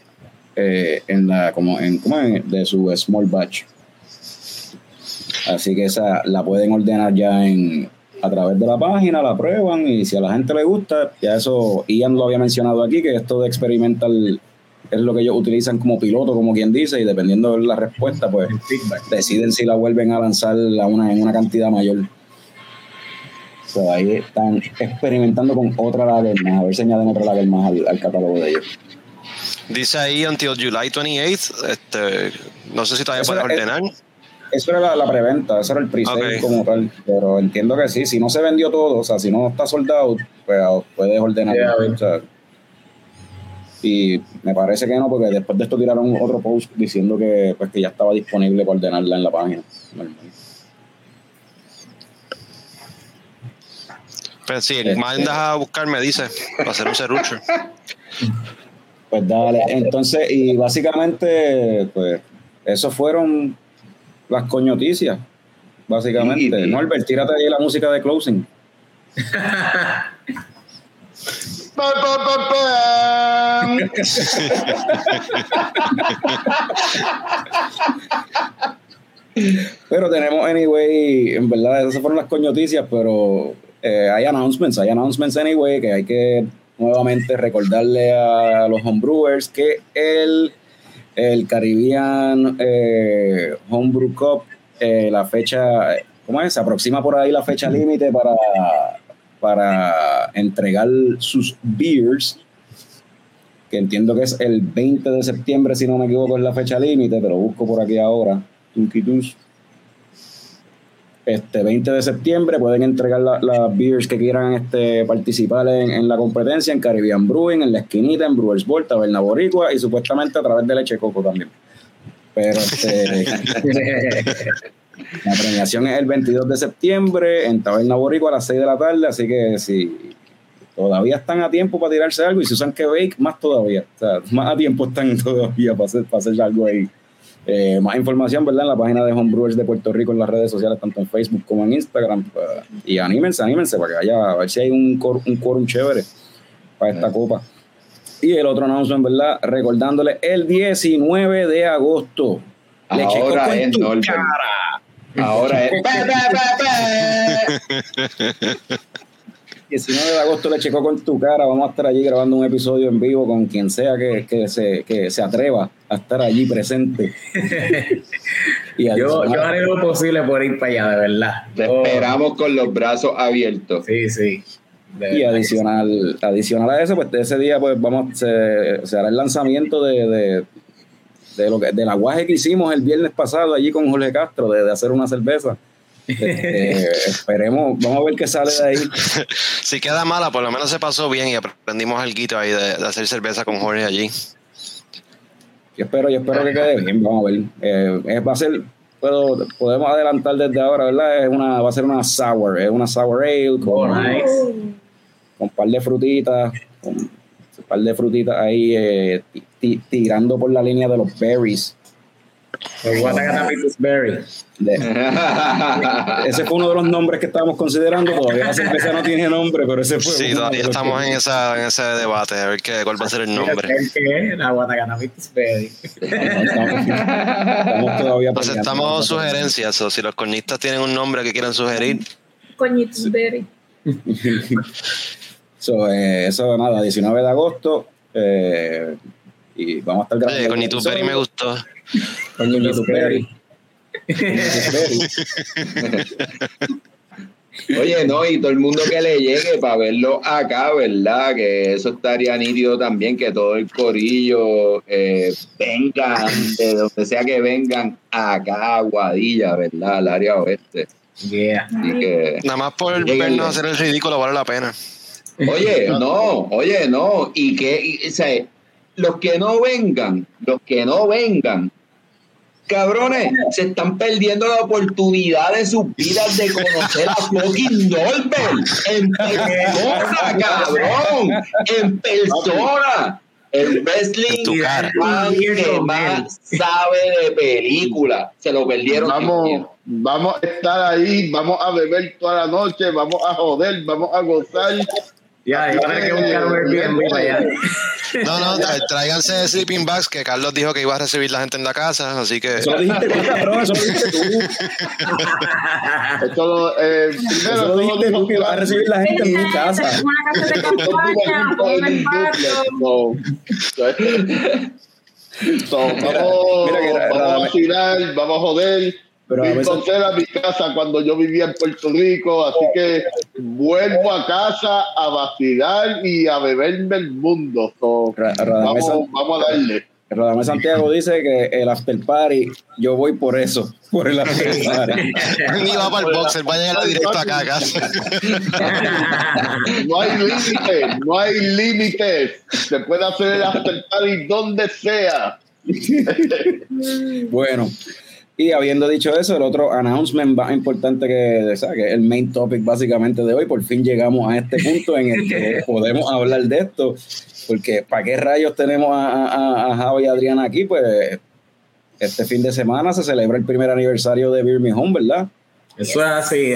de su small batch. Así que esa la pueden ordenar ya a través de la página, la prueban y si a la gente le gusta, ya eso, Ian lo había mencionado aquí, que esto de experimental es lo que ellos utilizan como piloto, como quien dice, y dependiendo de la respuesta, pues deciden si la vuelven a lanzar en una cantidad mayor. So, ahí están experimentando con otra lager más, a ver si añaden otra lager más al catálogo de ellos. Dice ahí until July 28th, no sé si todavía puedes ordenar. Eso era la preventa, eso era el pre-sale como tal, pero entiendo que sí, si no se vendió todo, o sea, si no está soldado, pues puedes ordenar. O sea, y me parece que no, porque después de esto tiraron otro post diciendo que ya estaba disponible para ordenarla en la página. Pues sí, mandas a buscar, me dice, para hacer un serrucho. Pues dale, entonces, y básicamente, pues, esos fueron las coñoticias, básicamente. Norbert, tírate ahí la música de closing. Pero tenemos, anyway, en verdad, esas fueron las coñoticias, pero hay announcements anyway, que hay que nuevamente recordarle a los homebrewers que el el Caribbean Homebrew Cup, la fecha, ¿cómo es? Se aproxima por ahí la fecha límite para entregar sus beers, que entiendo que es el 20 de septiembre, si no me equivoco, es la fecha límite, pero busco por aquí ahora. 20 de septiembre pueden entregar las beers que quieran participar en la competencia en Caribbean Brewing, en La Esquinita, en Brewers Bowl, Taberna Boricua y supuestamente a través de Leche Coco también. Pero la premiación es el 22 de septiembre en Taberna Boricua a las 6 de la tarde, así que si todavía están a tiempo para tirarse algo, y si usan que bake, más todavía. O sea, más a tiempo están todavía para hacer algo ahí. Más información, ¿verdad? En la página de Homebrewers de Puerto Rico, en las redes sociales, tanto en Facebook como en Instagram. Y anímense para que haya, a ver si hay un quórum chévere para esta copa. Y el otro announcement, ¿verdad? Recordándole el 19 de agosto. Ahora es Norbert. Ahora es 19 de agosto le checó con tu cara. Vamos a estar allí grabando un episodio en vivo con quien sea que se atreva a estar allí presente. Y yo haré lo posible por ir para allá, de verdad. Te esperamos con los brazos abiertos. Sí. Y adicional a eso, pues ese día pues se hará el lanzamiento del aguaje que hicimos el viernes pasado allí con Jorge Castro, de hacer una cerveza. Esperemos, vamos a ver qué sale de ahí. Si queda mala, por lo menos se pasó bien y aprendimos algo ahí de hacer cerveza con Jorge allí. Yo espero que quede bien, vamos a ver. Va a ser, podemos adelantar desde ahora, ¿verdad? Va a ser una sour, es una sour ale con un par de frutitas, ahí tirando por la línea de los berries. Berry. Ese fue uno de los nombres que estábamos considerando. Todavía la cerveza no tiene nombre, pero ese fue. Sí, todavía estamos en ese debate, a ver cuál va a ser el nombre. La Guatacanapitis Berry. Estamos todavía aceptamos sugerencias, o si los cornistas tienen un nombre que quieran sugerir. Coñitos Berry. Eso nada, 19 de agosto. Y vamos a estar grabando. Oye, Coñitos Berry me gustó. Coñitos Berry. Oye, no, y todo el mundo que le llegue para verlo acá, ¿verdad? Que eso estaría nítido también, que todo el corillo vengan, de donde sea que vengan, acá a Aguadilla, ¿verdad? Al área oeste. Yeah. Así que, nada más por vernos hacer el ridículo vale la pena. Oye, no, y que, o sea, los que no vengan, cabrones, se están perdiendo la oportunidad de sus vidas de conocer a fucking Norbert en persona, cabrón, en persona. El wrestling que más sabe de película. Se lo perdieron. Vamos a estar ahí, vamos a beber toda la noche, vamos a joder, vamos a gozar. Ya, hay que buscar un Airbnb para allá. No, tráiganse sleeping bags, que Carlos dijo que iba a recibir la gente en la casa, así que... Eso lo dijiste tú, cabrón, eso lo dijiste tú. Primero lo dijiste tú, que vas a recibir la gente en mi casa. Una casa de campaña, un vamos a vacilar, vamos a joder. Pero encontré a mi casa cuando yo vivía en Puerto Rico, así que vuelvo a casa a vacilar y a beberme el mundo. Vamos a darle. Radamés Santiago dice que el after party, yo voy por eso, por el after party. Ni va para el boxer, va a llegar directo acá a casa. No hay límites. Se puede hacer el after party donde sea. Bueno. Y habiendo dicho eso, el otro announcement más importante que el main topic básicamente de hoy, por fin llegamos a este punto en el que podemos hablar de esto, porque ¿para qué rayos tenemos a Javi y Adriana aquí? Pues este fin de semana se celebra el primer aniversario de Beer Me Home, ¿verdad? Eso es así,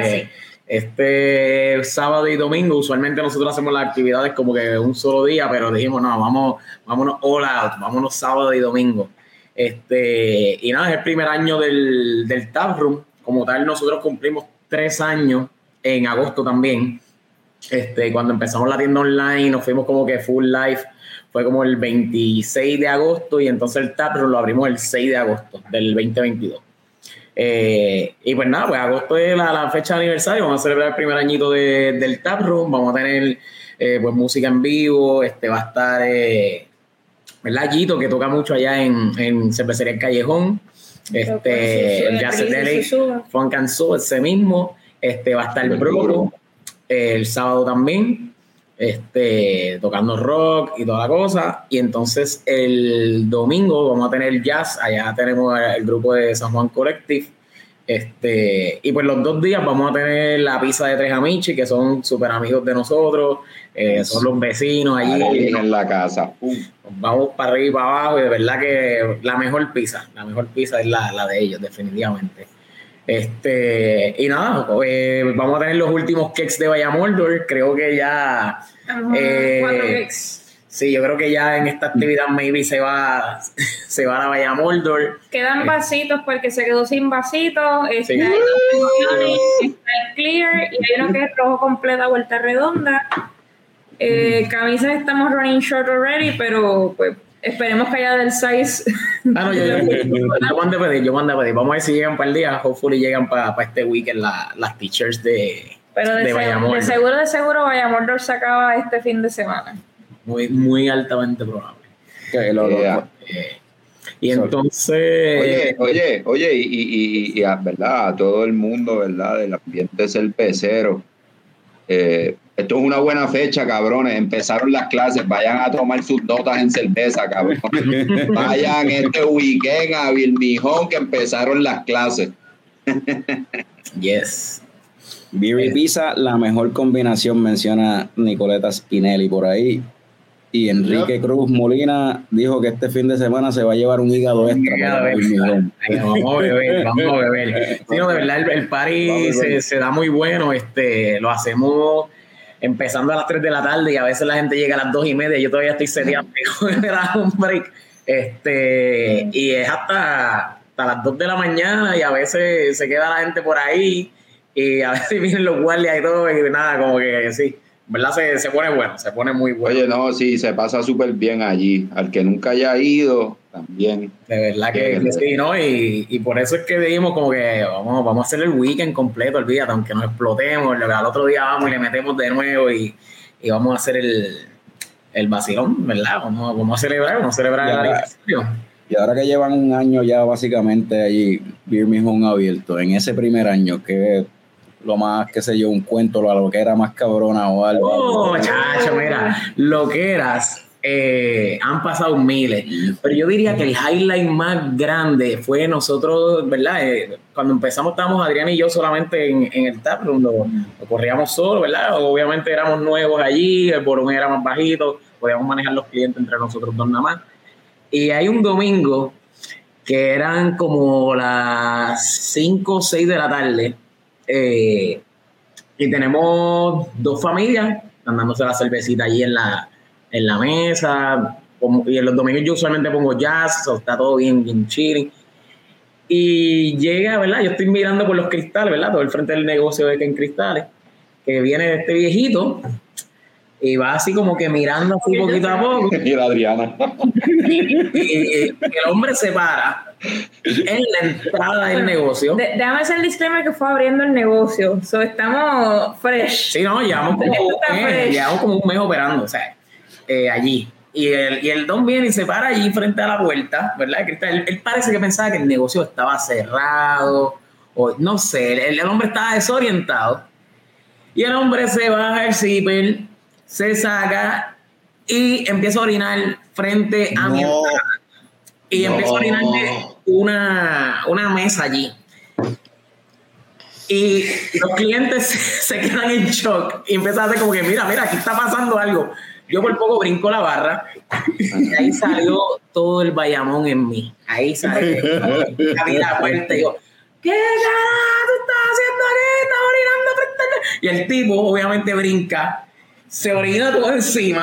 este sábado y domingo, usualmente nosotros hacemos las actividades como que un solo día, pero dijimos, no, vámonos all out, vámonos sábado y domingo. Y nada, es el primer año del Taproom. Como tal, nosotros cumplimos 3 años en agosto también. Cuando empezamos la tienda online, nos fuimos como que full life fue como el 26 de agosto y entonces el taproom lo abrimos el 6 de agosto del 2022. Y pues nada, pues agosto es la fecha de aniversario, vamos a celebrar el primer añito del taproom, vamos a tener pues música en vivo, va a estar ¿verdad? Gito, que toca mucho allá en Cervecería El Callejón, el Jazz Funk and Soul, ese mismo, va a estar el Broco el sábado también, tocando rock y toda la cosa, y entonces el domingo vamos a tener jazz, allá tenemos el grupo de San Juan Collective, y pues los 2 días vamos a tener la pizza de Tres Amici, que son súper amigos de nosotros, son los vecinos allí en la casa. Vamos para arriba y para abajo, y de verdad que la mejor pizza es la de ellos, definitivamente. Y nada, vamos a tener los últimos cakes de Vallamoldor, creo que ya 4 cakes. Sí, yo creo que ya en esta actividad maybe se va a Vallamoldor. Quedan vasitos porque se quedó sin vasitos. Está el clear y hay uno que es rojo completa, vuelta redonda. Camisas estamos running short already, pero pues esperemos que haya del size. Yo mandé a pedir. Vamos a ver si llegan para el día. Hopefully llegan para este weekend las t-shirts de Vallamoldor. De seguro Vallamoldor se acaba este fin de semana. Muy, muy altamente probable. Y entonces... Oye, y ¿verdad? A todo el mundo, ¿verdad? Del ambiente cervecero. Esto es una buena fecha, cabrones. Empezaron las clases. Vayan a tomar sus notas en cerveza, cabrones. Vayan este weekend a Vilmijón, que empezaron las clases. Yes. Beer y pizza, la mejor combinación, menciona Nicoleta Spinelli por ahí. Y Enrique Cruz Molina dijo que este fin de semana se va a llevar un hígado extra. Vamos a beber. Sí, no, de verdad, el party se da muy bueno. Lo hacemos empezando a las 3 de la tarde y a veces la gente llega a las 2:30. Yo todavía estoy seteando un break. Y es hasta las 2 de la mañana y a veces se queda la gente por ahí y a veces vienen los guardias y todo y nada, como que sí. ¿Verdad? Se pone bueno, se pone muy bueno. Oye, no, sí, se pasa súper bien allí. Al que nunca haya ido, también. De verdad que sí, ¿no? Y por eso es que dijimos como que vamos a hacer el weekend completo, olvídate, aunque nos explotemos, al otro día vamos y le metemos de nuevo y vamos a hacer el vacilón, ¿verdad? Vamos a celebrar el aniversario. Y ahora que llevan un año ya básicamente allí, Birmingham abierto, en ese primer año, que lo más, qué sé yo, un cuento, lo que era más cabrona o algo. Oh, chacho, mira, lo que eras, han pasado miles, pero yo diría que el highlight más grande fue nosotros, ¿verdad? Cuando empezamos estábamos Adrián y yo solamente en el taproom, lo corríamos solo, ¿verdad? Obviamente éramos nuevos allí, el volumen era más bajito, podíamos manejar los clientes entre nosotros dos nada más. Y hay un domingo que eran como las 5 o 6 de la tarde, y tenemos 2 familias andándose la cervecita allí en la mesa, y en los domingos yo usualmente pongo jazz, está todo bien chilling, y llega, ¿verdad? Yo estoy mirando por los cristales, ¿verdad? Todo el frente del negocio de que en cristales, que viene este viejito y va así como que mirando así poquito a poco. Y la Adriana. Y el hombre se para en la entrada del negocio. Déjame hacer el disclaimer que fue abriendo el negocio. So, estamos fresh. Sí, no, llevamos como un mes operando, o sea, allí. Y el don viene y se para allí frente a la puerta, ¿verdad? Él parece que pensaba que el negocio estaba cerrado, o no sé, el hombre estaba desorientado. Y el hombre se baja el zipper, se saca y empieza a orinar frente a mi entrada. Y empieza a orinar de una mesa allí. Y los clientes se quedan en shock y empiezan a hacer como que, mira, aquí está pasando algo. Yo por poco brinco la barra y ahí salió todo el Bayamón en mí. Ahí salió. Abrí la puerta y digo, ¿qué carajo tú estás haciendo aquí? Estás orinando frente a... Y el tipo obviamente brinca, se orina todo encima.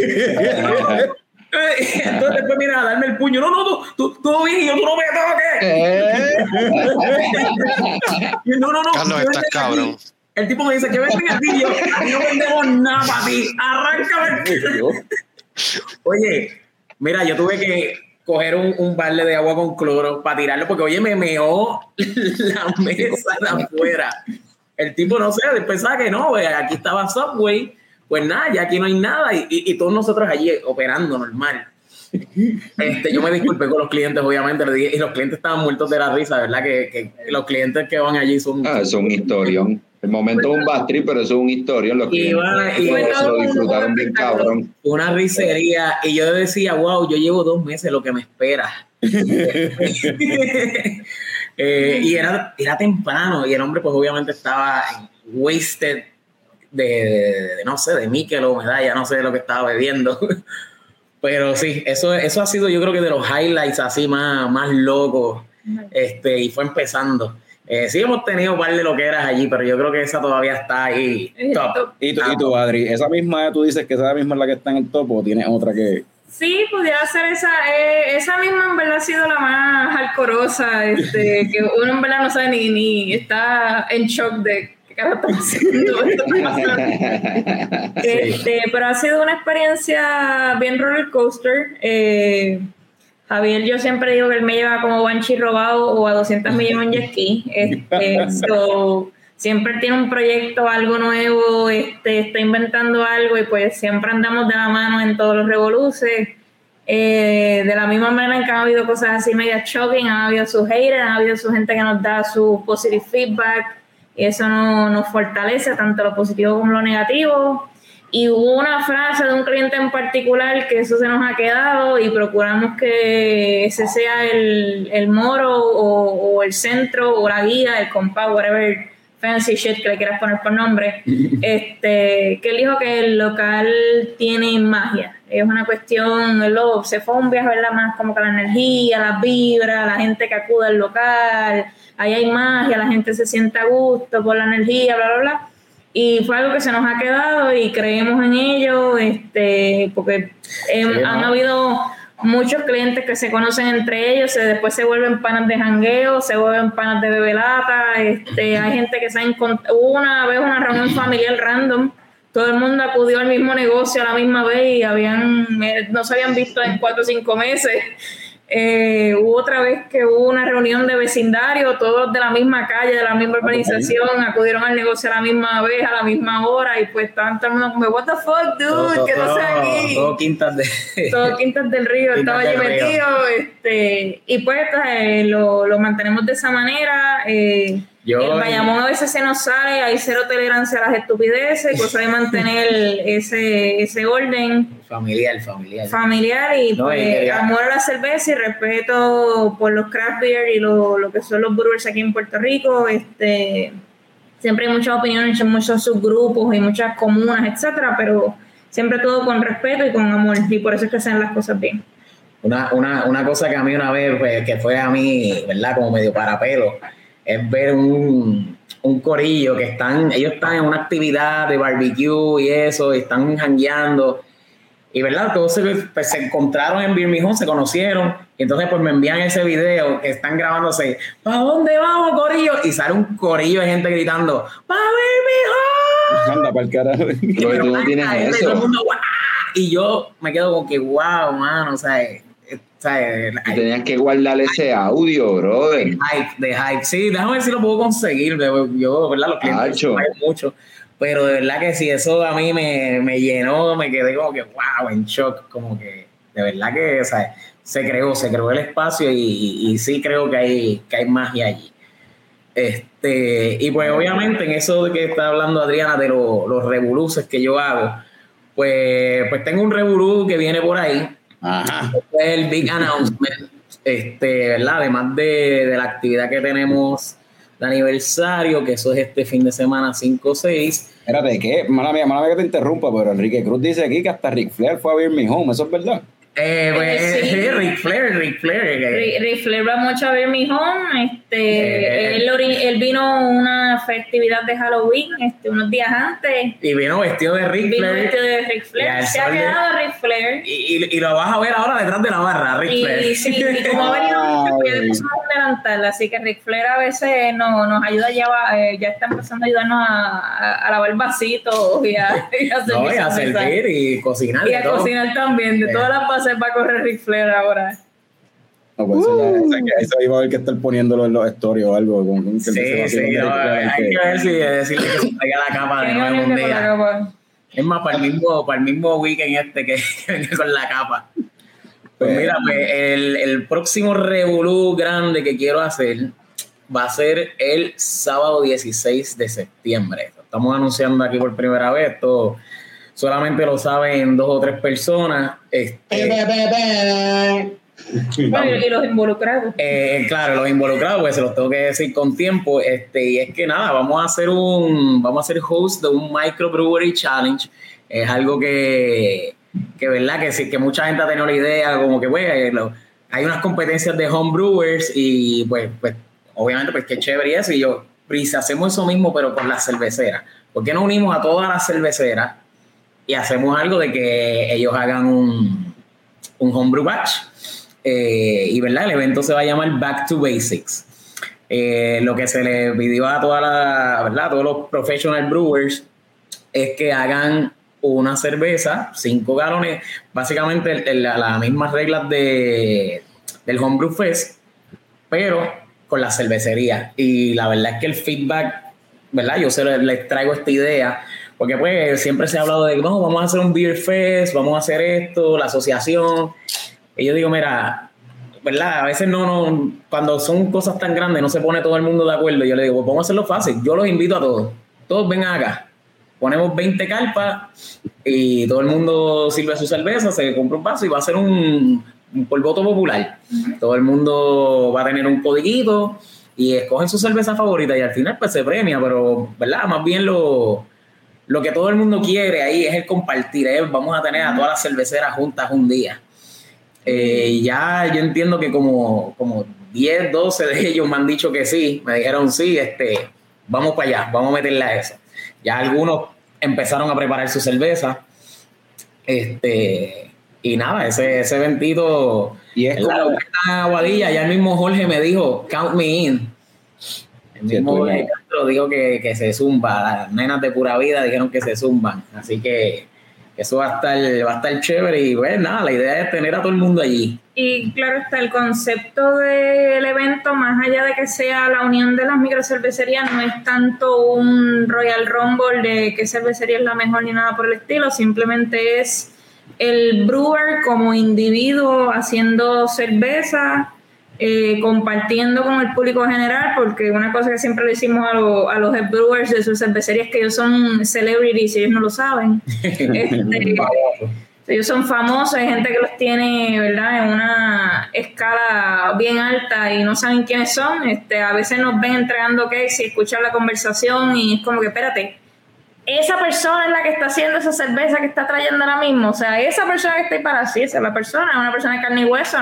Entonces después mira a darme el puño. No, tú bien, yo tú no me toques. No. Carlos, estás cabrón. El tipo me dice que venden aquí, yo no vendemos nada para ti. Arráncame. Oye, mira, yo tuve que coger un balde de agua con cloro para tirarlo, porque oye, me meó la mesa de afuera. El tipo, no sé, pensaba que no, aquí estaba Subway, pues nada, ya aquí no hay nada, y todos nosotros allí operando normal. Yo me disculpé con los clientes, obviamente, le dije, y los clientes estaban muertos de la risa, ¿verdad? Que los clientes que van allí son... es un historión. El momento es un bad trip, pero eso es un historión. Los clientes lo disfrutaron bien cabrón. Una risería, y yo decía, wow, yo llevo 2 meses lo que me espera. Y era temprano, y el hombre pues obviamente estaba wasted de no sé, de níquel o medalla, no sé lo que estaba bebiendo. Pero sí, eso ha sido, yo creo que de los highlights así más locos, y fue empezando. Sí hemos tenido un par de loqueras allí, pero yo creo que esa todavía está ahí top. ¿Y tú, Adri, esa misma, tú dices que esa misma es la que está en el top, o tienes otra que...? Sí, pudiera ser esa misma en verdad ha sido la más alcorosa, que uno en verdad no sabe ni está en shock de qué carajo está haciendo. Pero ha sido una experiencia bien roller coaster. Javier, yo siempre digo que él me lleva como Banshee robado o a 200 millas en jet ski. Siempre tiene un proyecto, algo nuevo, está inventando algo, y pues siempre andamos de la mano en todos los revoluces. De la misma manera en que han habido cosas así media shocking, han habido sus haters, han habido su gente que nos da su positive feedback, y eso nos fortalece tanto lo positivo como lo negativo. Y hubo una frase de un cliente en particular que eso se nos ha quedado, y procuramos que ese sea el moro o el centro o la guía, el compás, whatever fancy shit que le quieras poner por nombre, que él dijo que el local tiene magia. Es una cuestión, se fue un viaje, ¿verdad? Más como que la energía, las vibras, la gente que acude al local, ahí hay magia, la gente se siente a gusto por la energía, bla, bla, bla. Y fue algo que se nos ha quedado y creemos en ello, porque han habido muchos clientes que se conocen entre ellos, después se vuelven panas de jangueo, se vuelven panas de bebelata, hay gente que se ha encontrado. Hubo una vez una reunión familiar random, todo el mundo acudió al mismo negocio a la misma vez y no se habían visto en 4 o 5 meses. Hubo otra vez que hubo una reunión de vecindario, todos de la misma calle, de la misma urbanización, acudieron al negocio a la misma vez, a la misma hora, y pues estaban todo el mundo como, what the fuck, dude, ¿qué no sé aquí? Todo Quintas del Río, estaba allí metido, y pues lo mantenemos de esa manera. El Bayamón a veces se nos sale, hay cero tolerancia a las estupideces, cosa de mantener ese orden familiar, y pues, amor a la cerveza y respeto por los craft beer y lo que son los brewers aquí en Puerto Rico. Siempre hay muchas opiniones, muchos subgrupos y muchas comunas, etcétera, pero siempre todo con respeto y con amor, y por eso es que hacen las cosas bien. Una cosa que a mí una vez, pues, que fue a mí, ¿verdad? Como medio parapelo, es ver un corillo que ellos están en una actividad de barbecue y eso, y están jangueando, y verdad, todos se encontraron en Birmingham, se conocieron, y entonces pues me envían ese video que están grabándose, ¿para dónde vamos, corillo? Y sale un corillo de gente gritando, ¡para Birmingham! Anda pa'l carajo. Pero tú no tienes eso. Todo el mundo, y yo me quedo como que, wow, mano, o sea, tenías que guardar ese audio, brother. De hype. Sí, déjame ver si lo puedo conseguir. Yo, ¿verdad? Los clientes me mucho. Pero de verdad que sí, eso a mí me llenó, me quedé como que, wow, en shock. Como que, de verdad que, o sea, se creó el espacio y sí creo que hay magia allí. Y pues obviamente en eso de que está hablando Adriana de los revoluces que yo hago, pues tengo un revolú que viene por ahí. Ajá. El big announcement, ¿verdad? Además de la actividad que tenemos de aniversario, que eso es este fin de semana 5-6. Espérate, ¿qué? Mala mía que te interrumpa, pero Enrique Cruz dice aquí que hasta Ric Flair fue a Birmingham, ¿eso es verdad? Sí. Ric Flair va mucho a Birmingham. Él vino a una festividad de Halloween unos días antes. Y vino vestido de Ric Flair. Se ha quedado Ric Flair. Y lo vas a ver ahora detrás de la barra, Ric Flair. Sí, y como ha venido delantal, así que Ric Flair a veces nos ayuda a llevar, ya está empezando a ayudarnos a lavar vasitos y a servir y cocinar. Y a cocinar también, de todas las bases va a correr Ric Flair ahora. No, pues eso iba a haber que estar poniéndolo en los stories o algo. Sí, hay que ver si decirle que se traiga la capa de nuevo un día. Es más, para el mismo weekend que venga con la capa. Pues mira, pues el próximo revolú grande que quiero hacer va a ser el sábado 16 de septiembre. Estamos anunciando aquí por primera vez, esto solamente lo saben 2 o 3 personas. Bueno, y los involucrados. Claro, los involucrados, pues se los tengo que decir con tiempo. Y es que nada, vamos a ser host de un microbrewery challenge. Es algo que verdad que sí, que mucha gente ha tenido la idea, como que pues, hay unas competencias de homebrewers y pues obviamente pues qué chévere y eso. Y si hacemos eso mismo pero con las cerveceras, ¿por qué no unimos a todas las cerveceras y hacemos algo de que ellos hagan un homebrew batch? Y verdad, el evento se va a llamar Back to Basics. Lo que se le pidió a todos los professional brewers es que hagan una cerveza, 5 galones, básicamente las mismas reglas del Homebrew Fest, pero con la cervecería. Y la verdad es que el feedback, ¿verdad? Yo les traigo esta idea, porque pues siempre se ha hablado de, no, vamos a hacer un Beer Fest, vamos a hacer esto, la asociación. Y yo digo, mira, ¿verdad? A veces no, cuando son cosas tan grandes no se pone todo el mundo de acuerdo. Yo le digo, pues vamos a hacerlo fácil. Yo los invito a todos vengan acá. Ponemos 20 carpas y todo el mundo sirve su cerveza, se compra un vaso y va a ser por voto popular. Todo el mundo va a tener un codiguito y escogen su cerveza favorita y al final pues se premia, pero ¿verdad? Más bien lo que todo el mundo quiere ahí es el compartir. Vamos a tener a todas las cerveceras juntas un día. Ya yo entiendo que como 10, 12 de ellos me han dicho que sí, me dijeron sí, vamos para allá, vamos a meterle a eso. Ya algunos empezaron a preparar su cerveza. Y nada, ese eventito. Y es como una Aguadilla. Ya el mismo Jorge me dijo, count me in. El mismo Jorge Castro dijo que se zumba. Las nenas de pura vida dijeron que se zumban. Así que eso va a estar chévere. Y bueno, nada, la idea es tener a todo el mundo allí. Y claro está, el concepto del evento, más allá de que sea la unión de las microcervecerías, no es tanto un Royal Rumble de qué cervecería es la mejor ni nada por el estilo, simplemente es el brewer como individuo haciendo cerveza, compartiendo con el público general, porque una cosa que siempre le decimos a los head brewers de sus cervecerías es que ellos son celebrities y ellos no lo saben. Ellos son famosos, hay gente que los tiene, ¿verdad?, en una escala bien alta y no saben quiénes son. A veces nos ven entregando cakes y escuchan la conversación y es como que, espérate, esa persona es la que está haciendo esa cerveza que está trayendo ahora mismo. O sea, esa persona que está ahí para sí, esa es la persona, es una persona de carne y hueso,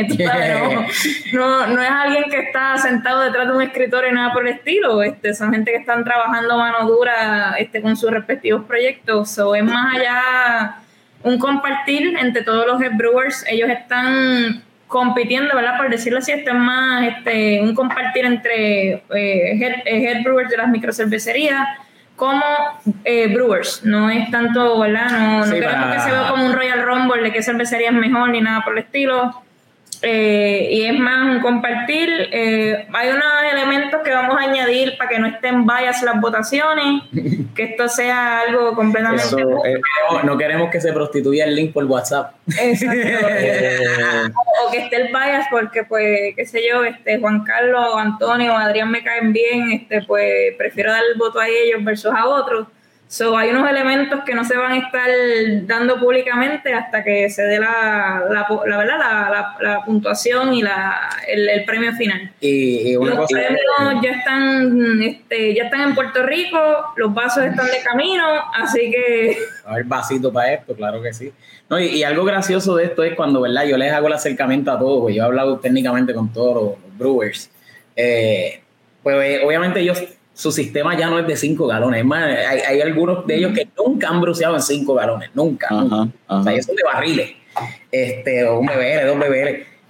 no es alguien que está sentado detrás de un escritorio y nada por el estilo. Son gente que están trabajando mano dura con sus respectivos proyectos. Es más allá un compartir entre todos los head brewers. Ellos están compitiendo, ¿verdad? Por decirlo así, esto es más un compartir entre head brewers de las microcervecerías como brewers. No es tanto, ¿verdad? No queremos que se vea como un Royal Rumble de qué cervecería es mejor ni nada por el estilo. Y es más un compartir. Hay unos elementos que vamos a añadir para que no estén bias las votaciones, que esto sea algo completamente no queremos que se prostituya el link por WhatsApp. Exacto. O que esté el bias porque pues qué sé yo, Juan Carlos, Antonio o Adrián me caen bien, pues prefiero dar el voto a ellos versus a otros. Hay unos elementos que no se van a estar dando públicamente hasta que se dé la puntuación y el premio final. Y los premios ya están en Puerto Rico, los vasos están de camino, así que a ver, vasito para esto, claro que sí. No, y algo gracioso de esto es cuando, ¿verdad?, yo les hago el acercamiento a todos, pues yo he hablado técnicamente con todos los brewers. Pues obviamente su sistema ya no es de 5 galones. Es más, hay algunos de ellos que nunca han bruceado en 5 galones. Nunca. O sea, ellos son de barriles. Un BBL, 2 BBL.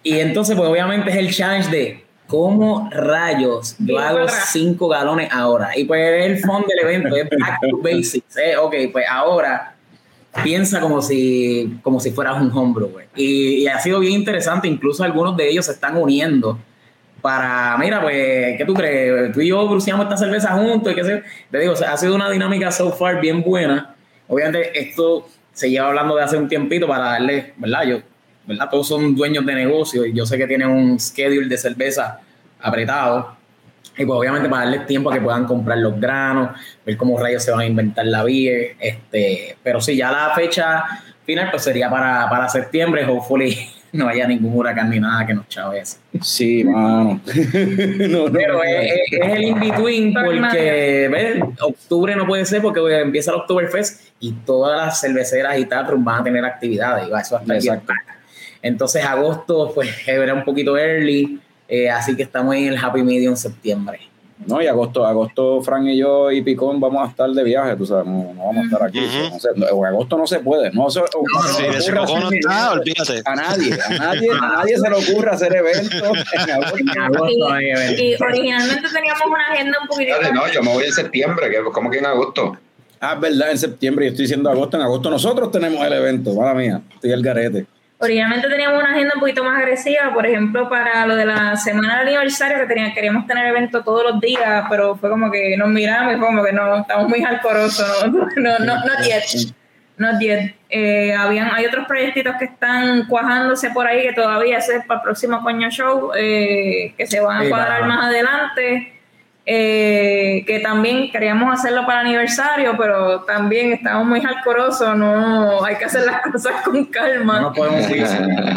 Y entonces, pues obviamente es el challenge de ¿cómo rayos yo hago 5 galones ahora? Y pues el fondo del evento es back to basics. Ok, pues ahora piensa como si fueras un homebrewer. Y ha sido bien interesante, incluso algunos de ellos se están uniendo para, mira, pues, ¿qué tú crees? Tú y yo bruciamos esta cerveza juntos y qué sé. Te digo, o sea, ha sido una dinámica so far bien buena. Obviamente esto se lleva hablando de hace un tiempito para darle, ¿verdad? Todos son dueños de negocio y yo sé que tienen un schedule de cerveza apretado. Y pues obviamente para darles tiempo a que puedan comprar los granos, ver cómo rayos se van a inventar la beer. Pero sí, ya la fecha final pues sería para septiembre. Hopefully no haya ningún huracán ni nada que nos chave eso. Sí, mano. Pero es el in-between porque ¿ves? Octubre no puede ser porque empieza el Oktoberfest y todas las cerveceras y taproom van a tener actividades y va eso hasta el. Entonces agosto pues era un poquito early, así que estamos en el happy medium septiembre. No, y agosto Fran y yo y Picón vamos a estar de viaje, tú sabes, no vamos a estar aquí. No sé, agosto no se puede, olvídate. A nadie se le ocurre hacer eventos en agosto. Y originalmente teníamos una agenda un poquitito. No, yo me voy en septiembre, ¿cómo que en agosto? Ah, es verdad, en septiembre, yo estoy diciendo agosto, en agosto nosotros tenemos el evento, mala mía, estoy al garete. Originalmente teníamos una agenda un poquito más agresiva, por ejemplo, para lo de la semana del aniversario, que queríamos tener evento todos los días, pero fue como que nos miramos y fue como que no, estamos muy hardcoreosos, not yet. Hay otros proyectitos que están cuajándose por ahí, que todavía es para el próximo Coño Show, que se van a cuadrar más adelante. Que también queríamos hacerlo para el aniversario, pero también estamos muy hardcoreosos, no hay que hacer las cosas con calma. No podemos ir.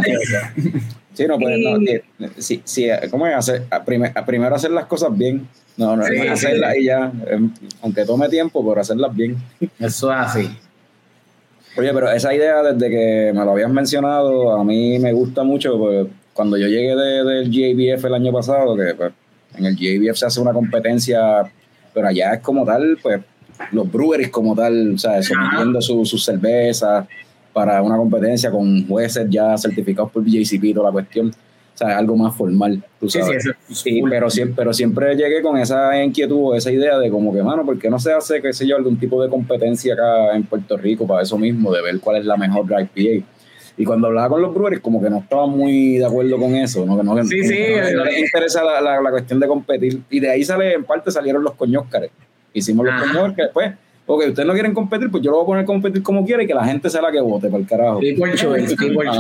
Sí, no puede, sí, ¿cómo es? Primero hacer las cosas bien. No, hacerlas y ya, aunque tome tiempo, pero hacerlas bien. Eso es así. Oye, pero esa idea desde que me lo habías mencionado, a mí me gusta mucho, pues, cuando yo llegué del GABF el año pasado, que pues, en el GABF se hace una competencia, pero allá es como tal, pues, los breweries como tal, o sea, sometiendo sus cervezas para una competencia con jueces ya certificados por BJCP, toda la cuestión, o sea, algo más formal, tú sabes. Sí, pero siempre llegué con esa inquietud, esa idea de como que, mano, ¿por qué no se hace, qué sé yo, algún tipo de competencia acá en Puerto Rico para eso mismo, de ver cuál es la mejor IPA? Y cuando hablaba con los breweries, como que no estaba muy de acuerdo con eso, ¿no? No les interesa la cuestión de competir. Y de ahí en parte salieron los coñóscares. Hicimos los coñóscares, pues, ok, ustedes no quieren competir, pues yo lo voy a poner a competir como quiera y que la gente sea la que vote, para el carajo. Triple choice.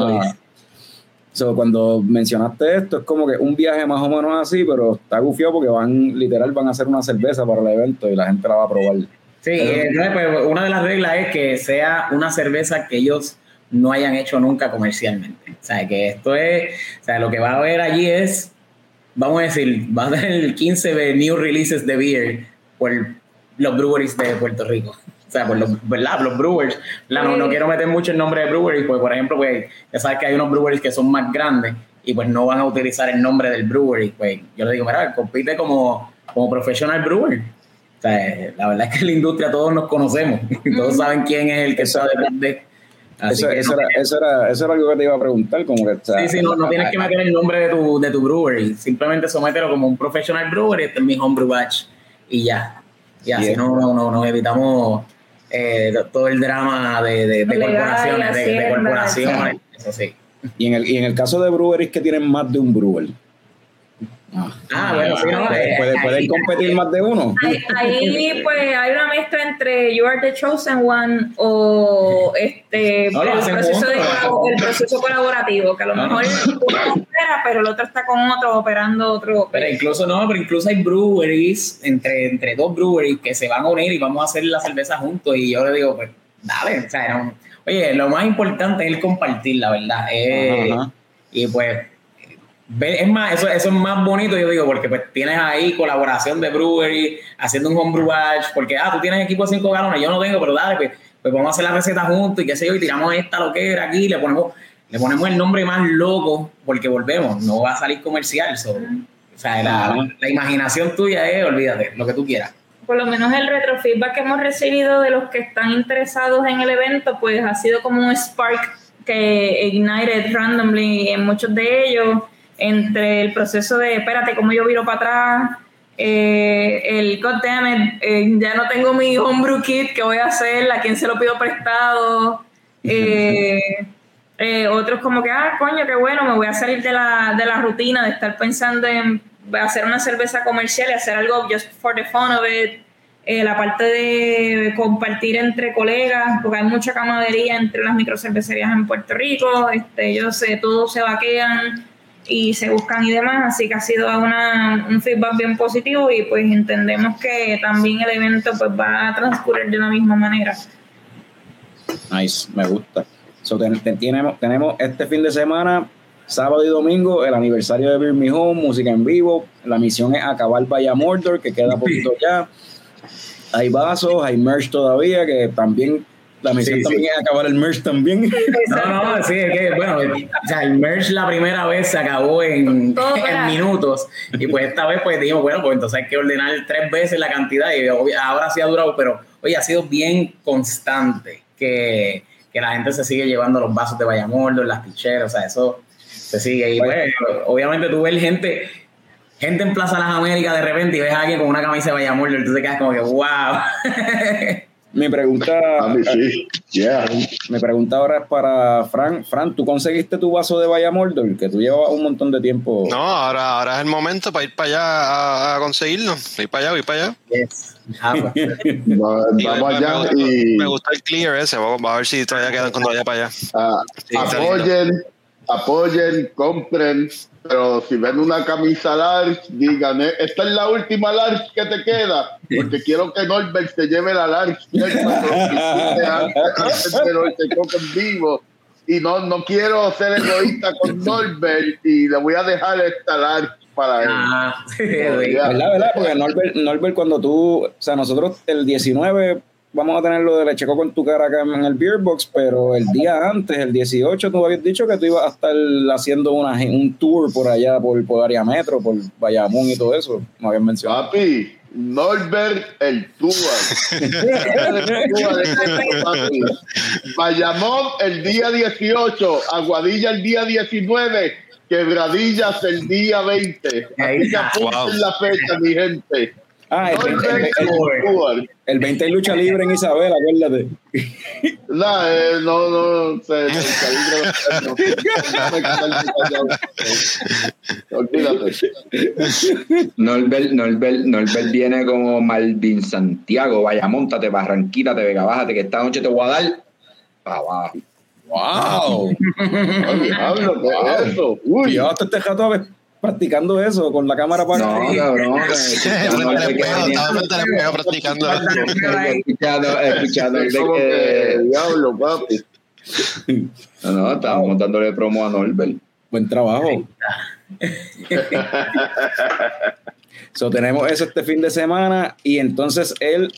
So, cuando mencionaste esto, es como que un viaje más o menos así, pero está gufiado porque van a hacer una cerveza para el evento y la gente la va a probar. Sí, pues, una de las reglas es que sea una cerveza que ellos no hayan hecho nunca comercialmente. O sea, que esto es, o sea, lo que va a haber allí es, vamos a decir, va a haber 15 new releases de beer por los breweries de Puerto Rico. O sea, por los brewers. No quiero meter mucho el nombre de breweries, porque por ejemplo, pues, ya sabes que hay unos breweries que son más grandes y pues no van a utilizar el nombre del brewery. Pues yo le digo, mira, compite como professional brewer. O sea, la verdad es que en la industria todos nos conocemos. Todos saben quién es el que sabe de. Eso era algo que te iba a preguntar, como que no tienes que meter el nombre de tu brewery, simplemente somételo como un professional brewery, este es mi homebrew batch y ya. Y así nos evitamos todo el drama de corporaciones, de corporaciones, eso sí. Y en el caso de breweries que tienen más de un brewer, bueno, sí, ¿no? ¿Pueden competir más de uno? Ahí pues hay una mezcla entre You Are the Chosen One o el proceso colaborativo, que a lo mejor uno espera, pero el otro está con otro operando otro. Pero incluso hay breweries, entre dos breweries que se van a unir y vamos a hacer la cerveza juntos y yo le digo, pues dale, o sea, oye, lo más importante es el compartir, la verdad. Y pues es más, eso es más bonito, yo digo, porque pues tienes ahí colaboración de brewery, haciendo un homebrew batch, porque tú tienes equipo de 5 galones, yo no tengo, pero dale, pues vamos a hacer la receta juntos y qué sé yo, y tiramos esta loquera aquí, le ponemos el nombre más loco, porque volvemos, no va a salir comercial, o sea, la imaginación tuya es, olvídate, lo que tú quieras. Por lo menos el retrofeedback que hemos recibido de los que están interesados en el evento, pues ha sido como un spark que ignited randomly en muchos de ellos, entre el proceso de, espérate, ¿cómo yo viro para atrás? El goddammit, ya no tengo mi homebrew kit, ¿qué voy a hacer? ¿A quién se lo pido prestado? Otros como que, coño, qué bueno, me voy a salir de la rutina de estar pensando en hacer una cerveza comercial y hacer algo just for the fun of it. La parte de compartir entre colegas, porque hay mucha camaradería entre las microcervecerías en Puerto Rico, ellos todos se vaquean y se buscan y demás, así que ha sido un feedback bien positivo y pues entendemos que también el evento pues va a transcurrir de la misma manera. Nice, me gusta. So, tenemos este fin de semana, sábado y domingo, el aniversario de Beer Me Home, música en vivo. La misión es acabar Vaya Mordor, que queda poquito ya. Hay vasos, hay merch todavía, que también la misión también es acabar el merch también. No, sí, es que, bueno, o sea, el merch la primera vez se acabó en minutos, y pues esta vez pues dijimos, bueno, pues entonces hay que ordenar 3 veces la cantidad, y ahora sí ha durado, pero oye, ha sido bien constante que la gente se sigue llevando los vasos de Vaya Mordor, las ticheras, o sea, eso se sigue, y pues, obviamente tú ves gente en Plaza Las Américas de repente y ves a alguien con una camisa de Vaya Mordor, tú te quedas como que wow. Mi pregunta ahora es para Fran. Fran, ¿tú conseguiste tu vaso de Vaya Mordor? Que tú llevas un montón de tiempo. No, ahora es el momento para ir para allá a conseguirlo. Voy para allá. Yes. Vamos allá me gusta el clear ese. Vamos a ver si todavía quedan cuando vaya para allá. Apoyen, compren, pero si ven una camisa large, digan, esta es la última large que te queda, porque quiero que Norbert se lleve la large antes de los Checoco en vivo, y no quiero ser egoísta con Norbert y le voy a dejar esta large para él. ¿Verdad? Porque Norbert, cuando tú, o sea, nosotros el 19 vamos a tener lo de la Checo con tu cara acá en el Beer Box, pero el día antes, el 18, tú habías dicho que tú ibas a estar haciendo un tour por allá, por área metro, por Bayamón y todo eso, me habían mencionado. Papi, Norbert el tour. Bayamón el día 18, Aguadilla el día 19, Quebradillas el día 20. Así que apunten la fecha, mi gente. El 20 hay lucha libre en Isabel, acuérdate. Olvídate. Norbert viene como Malvin Santiago. Vaya, móntate, Barranquítate, Vega, bájate, que esta noche te voy a dar para abajo. ¡Wow! Diablo, ¿qué es eso? Uy, yo hasta este rato practicando eso con la cámara para no, cabrón, practicando escuchando diablo, papi. No, estábamos montándole promo a Norbert. Buen trabajo. So, tenemos eso este fin de semana y entonces el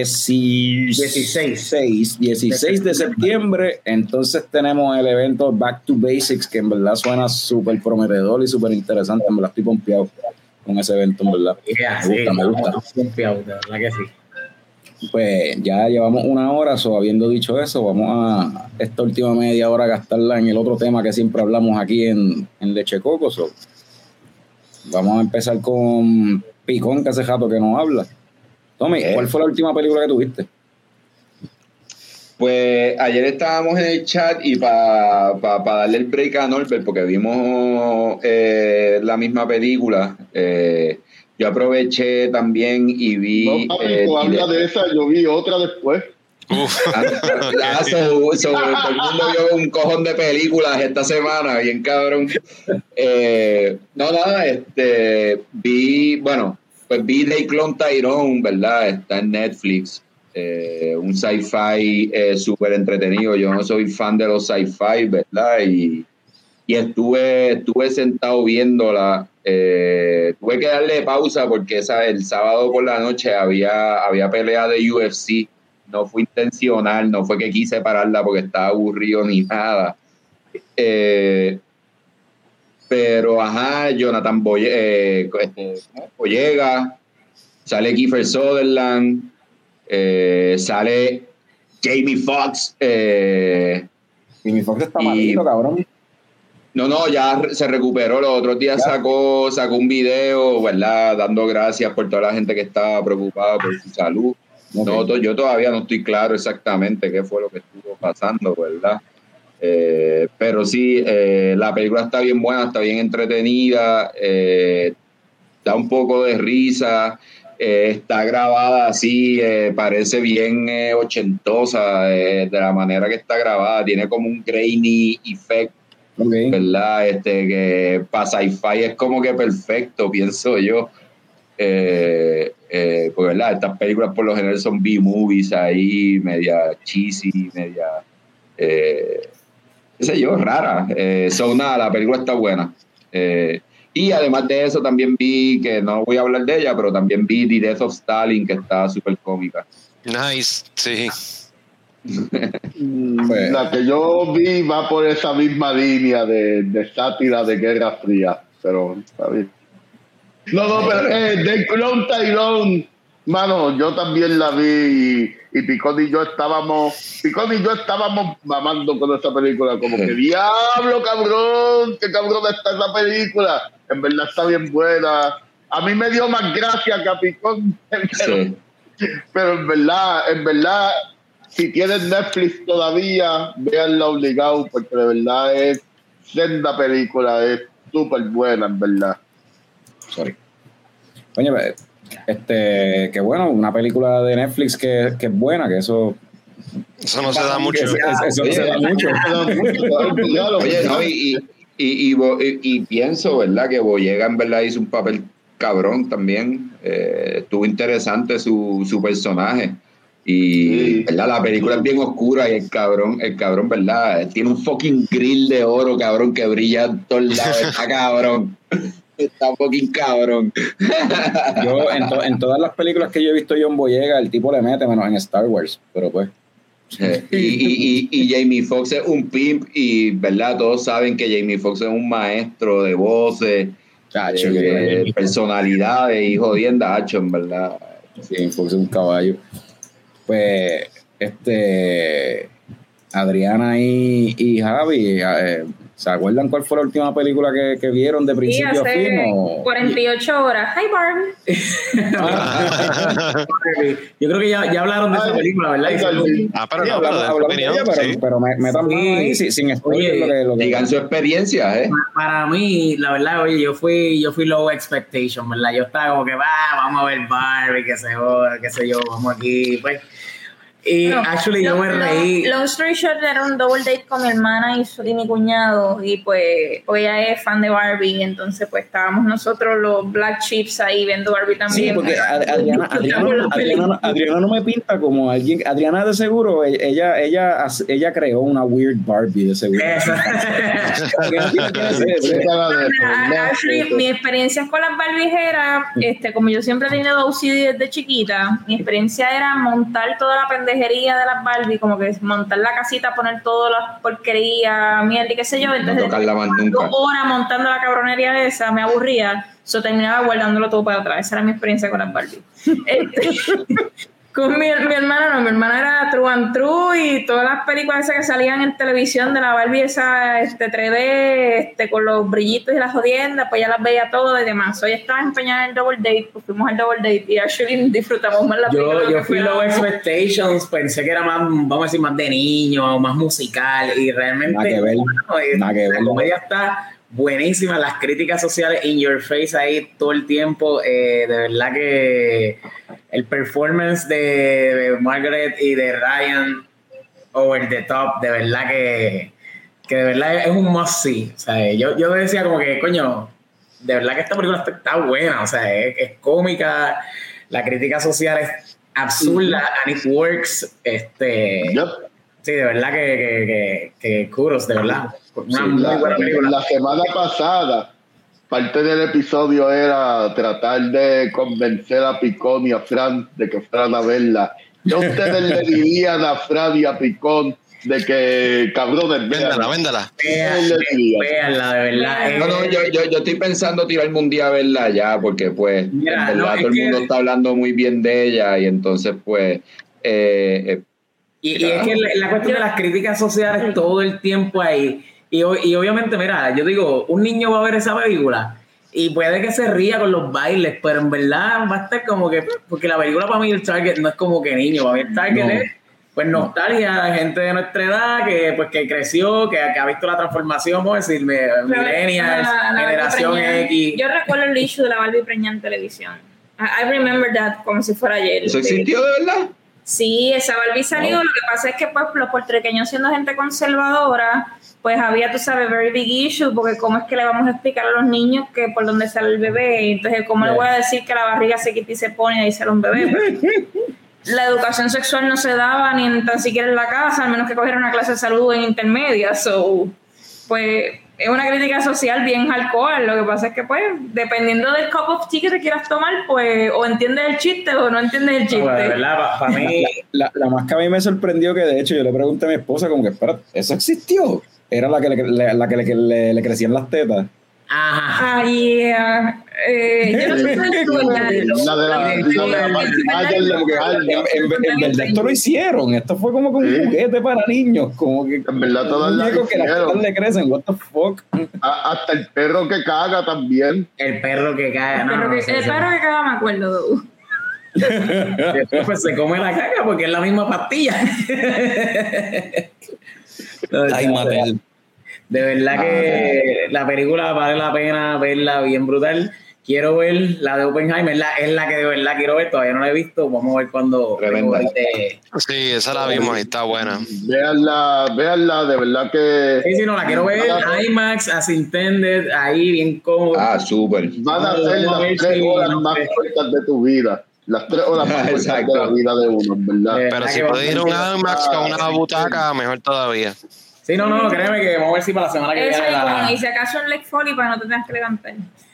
16 de septiembre entonces tenemos el evento Back to Basics, que en verdad suena súper prometedor y súper interesante. En verdad estoy pompeado con ese evento, en verdad. Me gusta. Pompeado, de verdad que sí. Pues ya llevamos 1 hora, habiendo dicho eso, vamos a esta última media hora gastarla en el otro tema que siempre hablamos aquí en Leche Coco. Vamos a empezar con Picón, que hace rato que no habla. Tommy, ¿cuál fue la última película que tuviste? Pues ayer estábamos en el chat y para darle el break a Norbert, porque vimos la misma película, yo aproveché también y vi... No, papi, tú hablas de esa, yo vi otra después. Todo el mundo vio un cojón de películas esta semana, bien cabrón. Vi They Clone Tyrone, ¿verdad? Está en Netflix. Un sci-fi súper entretenido. Yo no soy fan de los sci-fi, ¿verdad? Y estuve sentado viéndola. Tuve que darle pausa porque el sábado por la noche había pelea de UFC. No fue intencional, no fue que quise pararla porque estaba aburrido ni nada. Pero, Jonathan Boyega, sale Kiefer Sutherland, sale Jamie Foxx, Jamie Foxx está malito, cabrón. No, ya se recuperó. Los otros días sacó un video, ¿verdad? Dando gracias por toda la gente que estaba preocupada por su salud. Okay. No, yo todavía no estoy claro exactamente qué fue lo que estuvo pasando, ¿verdad? Pero sí, la película está bien buena, está bien entretenida, da un poco de risa, está grabada así, parece bien ochentosa de la manera que está grabada, tiene como un grainy effect. Okay. ¿Verdad? Que para sci-fi es como que perfecto, pienso yo. Pues, ¿verdad? Estas películas por lo general son B-movies ahí, media cheesy, media, qué sé yo, rara. La película está buena. Y además de eso también vi, que no voy a hablar de ella, pero también vi The Death of Stalin, que está súper cómica. Nice, sí. La que yo vi va por esa misma línea de sátira de Guerra Fría, pero está bien. No, pero de Clone Tyrone, mano, yo también la vi y Picón y yo estábamos mamando con esa película, como que diablo, cabrón, qué cabrón está esa película. En verdad está bien buena. A mí me dio más gracia que a Picón, pero en verdad si tienen Netflix todavía, véanla obligado, porque de verdad es senda película, es súper buena, en verdad. Sorry. Oye, que bueno, una película de Netflix que es buena, que eso no se da mucho. Eso se da mucho. Oye, no, y pienso, ¿verdad? Que Boyega en verdad hizo un papel cabrón también. Estuvo interesante su personaje. Y ¿verdad? La película es bien oscura y el cabrón, ¿verdad? Tiene un fucking grill de oro, cabrón, que brilla en todos lados. Está cabrón. Está fucking cabrón. Yo, en todas las películas que yo he visto John Boyega, el tipo le mete, menos en Star Wars, pero pues. Y Jamie Foxx es un pimp y, ¿verdad? Todos saben que Jamie Foxx es un maestro de voces, personalidades y jodienda, en verdad. Jamie Foxx es un caballo. Pues, Adriana y Javi, ¿se acuerdan cuál fue la última película que vieron de principio a fin? 48 horas. Hi, Barbie. Yo creo que ya hablaron de esa película, ¿verdad? Pero no, pero metan mano ahí sin spoiler lo que digan su experiencia, ¿eh? Para mí, la verdad, oye, yo fui low expectation, ¿verdad? Yo estaba como que, vamos a ver Barbie, que se joda, qué sé yo, vamos aquí, pues. Y actually yo me reí. Long story short, era un double date con mi hermana y mi cuñado, y pues ella es fan de Barbie, entonces pues estábamos nosotros los black chips ahí viendo Barbie también. Sí, porque Adriana no me pinta como alguien. Adriana de seguro ella creó una weird Barbie de seguro. Actually, mi experiencia con las Barbies era, como yo siempre he tenido OCD desde chiquita, mi experiencia era montar toda la pendejería de las Barbie, como que montar la casita, poner todas las porquerías, mierda y qué sé yo. Entonces, no tocarla más nunca. 2 horas montando la cabronería esa, me aburría. Terminaba guardándolo todo para atrás. Esa era mi experiencia con las Barbie. Con mi hermana mi hermana era True and True y todas las películas esas que salían en televisión de la Barbie esa 3D, con los brillitos y las jodiendas, pues ya las veía todas y demás. Hoy estaba empeñada en el double date, pues fuimos al double date y actually disfrutamos más la película. Yo fui low expectations, pensé que era más, vamos a decir, más de niño, más musical, y realmente nada que ver. La comedia está buenísima, las críticas sociales in your face ahí todo el tiempo. De verdad que el performance de Margaret y de Ryan over the top, de verdad que de verdad es un must see. O sea, yo decía como que, coño, de verdad que esta película está buena, o sea, es cómica, la crítica social es absurda, and it works. Sí, de verdad que kudos, de verdad. Una muy buena película. La semana pasada, parte del episodio era tratar de convencer a Picón y a Fran de que fueran a verla. ¿Qué ustedes le dirían a Fran y a Picón de que, cabrones, véndala? Véanla, de verdad. No, yo estoy pensando tirarme un día a verla ya, porque pues, mira, en verdad todo el mundo está hablando muy bien de ella, y entonces pues... Y es que la cuestión de las críticas sociales todo el tiempo ahí. Y obviamente, mira, yo digo, un niño va a ver esa película y puede que se ría con los bailes, pero en verdad va a estar como que, porque la película para mí el target no es como que niño, para mí el target es pues nostalgia, gente de nuestra edad que creció, que ha visto la transformación, vamos a decir, millennials, generación X. Yo recuerdo el issue de la Barbie preñada en televisión. I remember that como si fuera ayer. ¿Eso existió de verdad? Sí, esa Barbie salió. Lo que pasa es que pues los puertorriqueños, siendo gente conservadora, pues había, tú sabes, very big issue, porque cómo es que le vamos a explicar a los niños que por dónde sale el bebé. Entonces, ¿cómo le voy a decir que la barriga se quita y se pone y ahí sale un bebé? La educación sexual no se daba ni tan siquiera en la casa, al menos que cogiera una clase de salud en intermedia. So, pues es una crítica social bien hardcore. Lo que pasa es que, pues, dependiendo del cup of tea que te quieras tomar, pues, o entiendes el chiste o no entiendes el chiste. Bueno, de verdad, para mí... la más que a mí me sorprendió, que de hecho yo le pregunté a mi esposa como que, espera, ¿eso existió? Era la que le crecían las tetas. Ajá. Yeah. Yo no sé En verdad esto lo hicieron. Esto fue como que un juguete para niños. Como que en verdad todas las que las tetas le crecen. What the fuck. Hasta el perro que caga también. El perro que caga. El perro que caga me acuerdo. Después pues se come la caca porque es la misma pastilla. Ay, Mattel. De verdad que la película vale la pena verla, bien brutal. Quiero ver la de Oppenheimer, es la que de verdad quiero ver, todavía no la he visto. Vamos a ver cuando... Sí, esa la vimos y está buena. Véanla, de verdad que... Sí, no, la quiero ver IMAX, as intended, ahí bien cómodo. Ah, súper. Van a ser las 3 horas más cortas de tu vida. Las 3 horas más cortas de la vida de uno, ¿verdad? Pero si puedes ir a un IMAX con una butaca, mejor todavía. Sí, no, créeme que vamos a ver si para la semana que viene. Y si acaso en Lake Foley para no te tengas que levantar.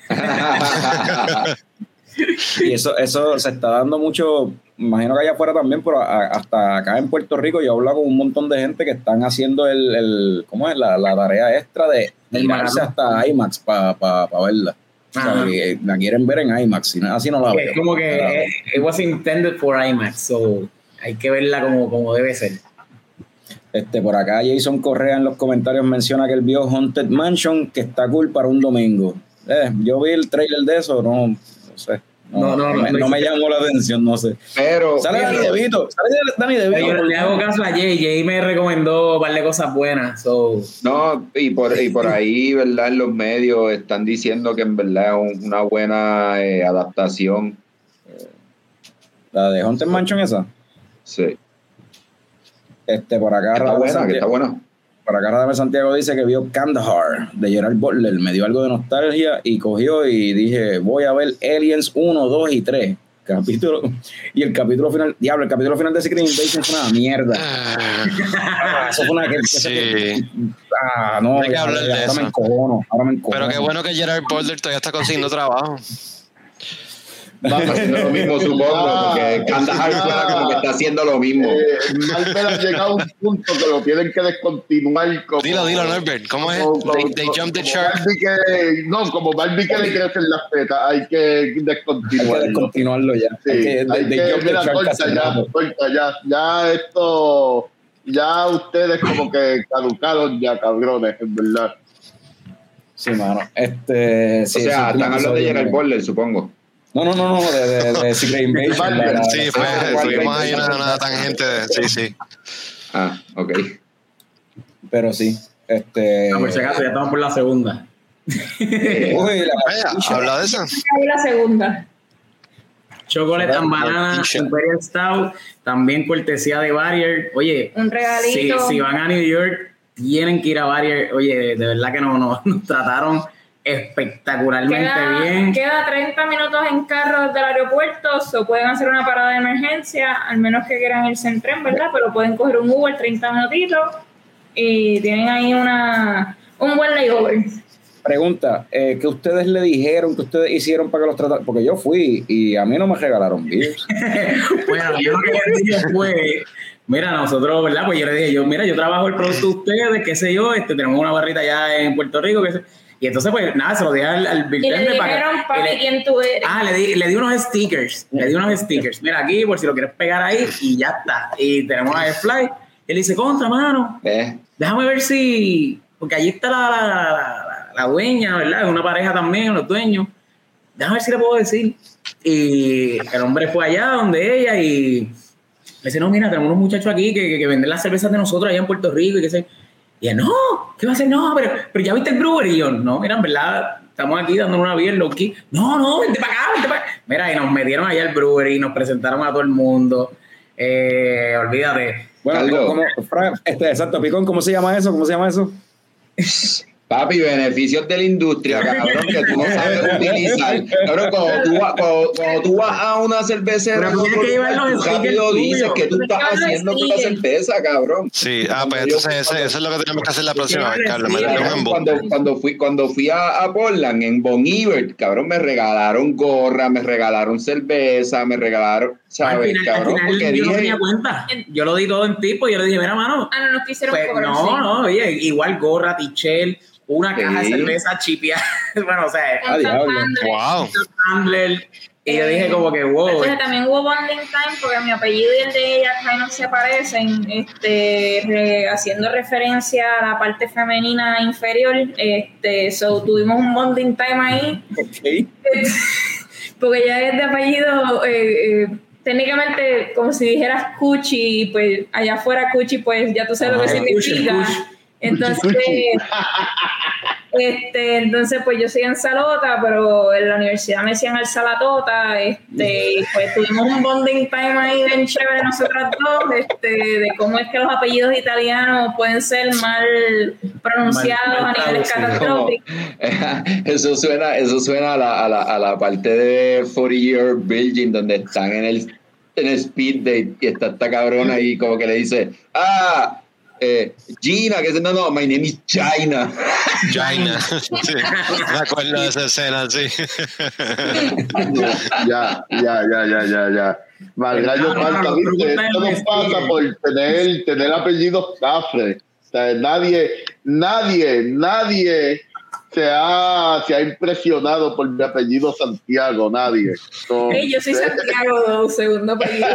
Y eso se está dando mucho, imagino que allá afuera también, pero hasta acá en Puerto Rico yo he hablado con un montón de gente que están haciendo ¿cómo es? La tarea extra de irse hasta IMAX para verla. O sea, la quieren ver en IMAX, así no la veo. Es como que it was intended for IMAX, so hay que verla como debe ser. Por acá Jason Correa en los comentarios menciona que él vio Haunted Mansion, que está cool para un domingo. Yo vi el trailer de eso, no sé. No me llamó la atención, no sé. Pero sale Danny DeVito. Yo le hago caso a Jay me recomendó un par de cosas buenas. So. No, y por ahí, ¿verdad? En los medios están diciendo que en verdad es una buena adaptación. ¿La de Haunted Mansion esa? Sí. Por acá está buena. Por acá Radamel Santiago dice que vio Kandahar de Gerard Butler, me dio algo de nostalgia y cogió y dije, voy a ver Aliens 1, 2 y 3. Y el capítulo final, el capítulo final de Secret Invasion fue una mierda. Eso fue una no, hay que hablar de eso. Ahora me encojono. Pero qué bueno que Gerard Butler todavía está consiguiendo trabajo. Va haciendo lo mismo, supongo, porque Kandahar suena como que está haciendo lo mismo. Marvel ha llegado a un punto que lo tienen que descontinuar. Como, dilo, Norbert, ¿cómo es? They jump the shark. Como Barbie que le crecen las tetas, hay que descontinuarlo. Hay que descontinuarlo ya. Ya esto, ya ustedes como que caducaron ya, cabrones, en verdad. Sí, mano. O sea, están hablando de Gerard Butler, supongo. No, de Secret Invasion. Sí, tuvimos ahí una tangente sí. Ah, ok. Pero sí, por si acaso, ya estamos por la segunda. Habla de esa. La segunda. Chocolate and Banana Imperial Stout, también cortesía de Barrier. Oye, un regalito. Si van a New York, tienen que ir a Barrier. Oye, de verdad que nos trataron espectacularmente bien. Queda 30 minutos en carro del aeropuerto, o pueden hacer una parada de emergencia, al menos que quieran irse en tren, ¿verdad? Pero pueden coger un Uber 30 minutitos y tienen ahí un buen layover. Pregunta, ¿qué ustedes le dijeron, que ustedes hicieron para que los trataran? Porque yo fui y a mí no me regalaron beers. Bueno, yo lo que les dije fue Mira, nosotros, ¿verdad? Pues yo le dije, mira, yo trabajo el producto de ustedes, qué sé yo, tenemos una barrita allá en Puerto Rico, y entonces, pues nada, se lo dije al bartender para que quién tú eres. Le di unos stickers. Mira, aquí, por si lo quieres pegar ahí, y ya está. Y tenemos a Airfly. Él dice, contra, mano. Déjame ver si. Porque allí está la dueña, ¿verdad? Es una pareja también, los dueños. Déjame ver si le puedo decir. Y el hombre fue allá donde ella y le dice, no, mira, tenemos unos muchachos aquí que venden las cervezas de nosotros allá en Puerto Rico y que se. Y él, no, ¿qué va a hacer? No, pero ya viste el brewery. Y yo, no, mira, en verdad, estamos aquí dándonos una beer, low-key. No, vente para acá. Mira, y nos metieron allá al brewery y nos presentaron a todo el mundo. Olvídate. Bueno, exacto, Picón, ¿cómo se llama eso? Papi, beneficios de la industria, cabrón, que tú no sabes utilizar. Cabrón, cuando tú vas a una cervecera, rápido dices que tú estás haciendo con la cerveza, cabrón. Sí, pues entonces eso es lo que tenemos que hacer la próxima vez, Carlos. Cuando fui a Portland, en Bon Iver, cabrón, me regalaron gorra, me regalaron cerveza, me regalaron, ¿sabes, cabrón? Porque yo no tenía cuenta. Yo lo di todo en tipo y yo le dije, mira, mano. No quisieron cobrar. No, oye, igual gorra, tichel, una caja de cerveza chipia. Bueno, o sea, wow. Y yo dije como que wow. Entonces también hubo bonding time porque mi apellido y el de ella no se parecen, haciendo referencia a la parte femenina inferior. So tuvimos un bonding time ahí. Okay. Porque ya es de apellido técnicamente como si dijeras Cuchi, pues allá afuera Cuchi, pues ya tú sabes lo que significa. Entonces pues yo soy en Salota, pero en la universidad me decían al Salatota, pues tuvimos un bonding time ahí bien chévere nosotras dos, de cómo es que los apellidos italianos pueden ser mal pronunciados a niveles catastróficos. Eso suena a la parte de 40 Year Virgin, donde están en el speed date y está esta cabrona y como que le dice, Gina, que es no, my name is China. China, sí, me acuerdo de esa escena, sí. Ya. Malgallo Marta, ¿viste? Esto nos pasa por tener apellidos cafres. O sea, nadie se ha impresionado por mi apellido Santiago, nadie. No, yo soy Santiago, segundo apellido.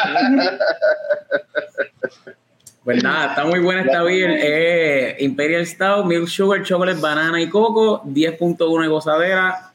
Pues nada, está muy buena esta beer. Imperial Stout, Milk Sugar, Chocolate, Banana y Coco, 10.1 de gozadera.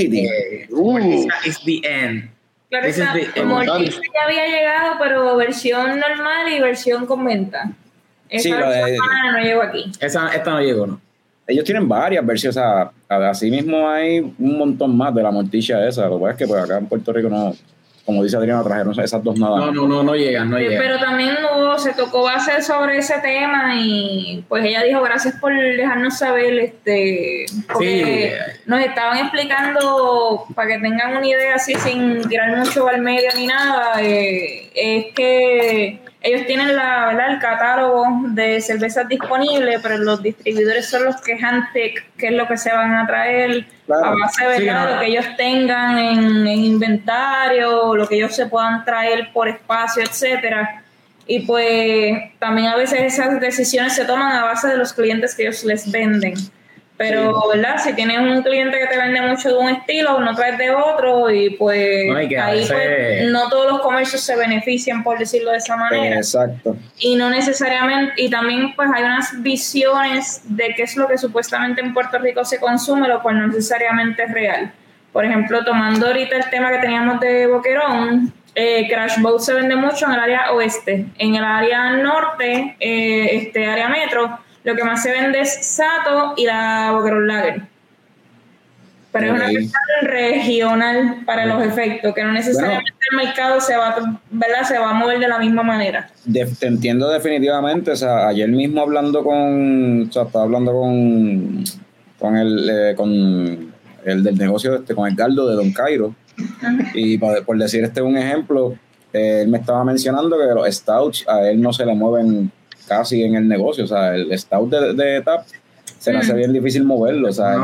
It's the end. Claro, Morticia ya había llegado, pero versión normal y versión con venta. Esa Banana no llegó aquí. Esta no llegó, ¿no? Ellos tienen varias versiones, o sea, así mismo hay un montón más de la morticia esa. Lo que pasa es que pues, acá en Puerto Rico no, como dice Adriana, trajeron esas dos nada. No llegan. Pero también se tocó base sobre ese tema y pues ella dijo gracias por dejarnos saber, porque nos estaban explicando, para que tengan una idea así sin tirar mucho al medio ni nada, es que ellos tienen el catálogo de cervezas disponibles, pero los distribuidores son los que handpick qué es lo que se van a traer, claro, a base de lo que ellos tengan en inventario, lo que ellos se puedan traer por espacio, etcétera. Y pues también a veces esas decisiones se toman a base de los clientes que ellos les venden. Pero, ¿verdad? Si tienes un cliente que te vende mucho de un estilo, no traes de otro y pues ahí pues, no todos los comercios se benefician, por decirlo de esa manera. Exacto. Y no necesariamente, y también pues hay unas visiones de qué es lo que supuestamente en Puerto Rico se consume, lo cual no necesariamente es real. Por ejemplo, tomando ahorita el tema que teníamos de Boquerón, Crash Boat se vende mucho en el área oeste. En el área norte, área metro, lo que más se vende es Sato y la Boquerón Lager. Pero es una cuestión regional para los efectos, que no necesariamente el mercado se va a mover de la misma manera. Te entiendo definitivamente. O sea, ayer mismo estaba hablando con el del negocio con Edgardo de Don Cairo. Y por decir un ejemplo, él me estaba mencionando que los stouts a él no se le mueven casi en el negocio. O sea, el stout de tap se le hace bien difícil moverlo. O sea, No,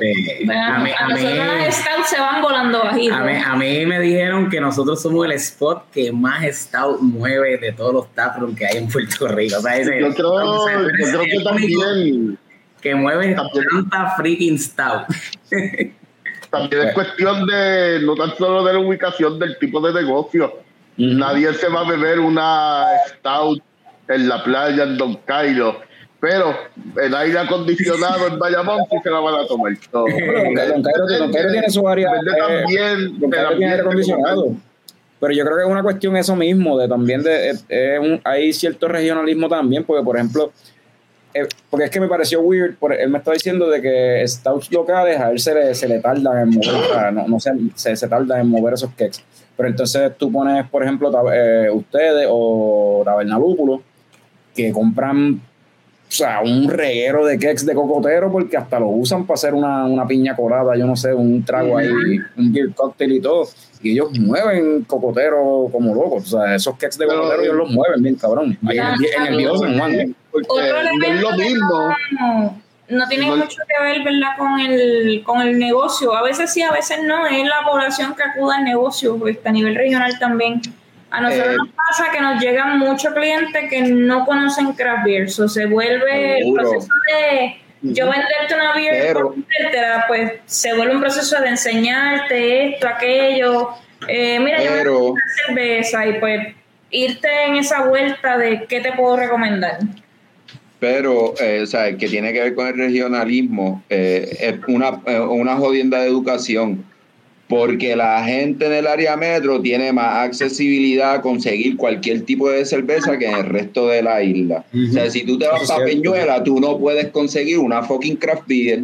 A nosotros las Stouts se van volando bajito. A mí me dijeron que nosotros somos el spot que más Stout mueve de todos los taprooms que hay en Puerto Rico. O sea, yo creo que también que mueve tanta freaking Stout. También es cuestión de no tan solo de la ubicación del tipo de negocio. Nadie se va a beber una Stout en la playa en Don Cairo, pero el aire acondicionado en Bayamón sí se la van a tomar todo. Don Cairo tiene su área. Don Cairo tiene aire acondicionado. Pero yo creo que es una cuestión eso mismo, de también hay cierto regionalismo también, porque por ejemplo, porque es que me pareció weird, él me está diciendo de que stouts locales a él se le tardan en mover, se tardan en mover esos kegs. Pero entonces tú pones, por ejemplo, ustedes o Taberna Lúpulo, que compran, o sea, un reguero de kegs de cocotero, porque hasta lo usan para hacer una piña colada, yo no sé, un trago ahí, un beer cocktail y todo. Y ellos mueven cocotero como locos. O sea, esos kegs de cocotero ellos los mueven bien, cabrón. Ahí en el Viejo San Juan. Otro elemento lo mismo. No tiene mucho que ver, ¿verdad?, con el negocio. A veces sí, a veces no. Es la población que acude al negocio, pues, a nivel regional también. A nosotros nos pasa que nos llegan muchos clientes que no conocen craft beer. O se vuelve el proceso de yo venderte una beer, pues se vuelve un proceso de enseñarte esto, aquello. Mira, yo me doy una cerveza y pues irte en esa vuelta de qué te puedo recomendar. Pero, o sea, que tiene que ver con el regionalismo, es una jodienda de educación, porque la gente en el área metro tiene más accesibilidad a conseguir cualquier tipo de cerveza que en el resto de la isla. O sea, si tú te vas para Peñuela, tú no puedes conseguir una fucking craft beer.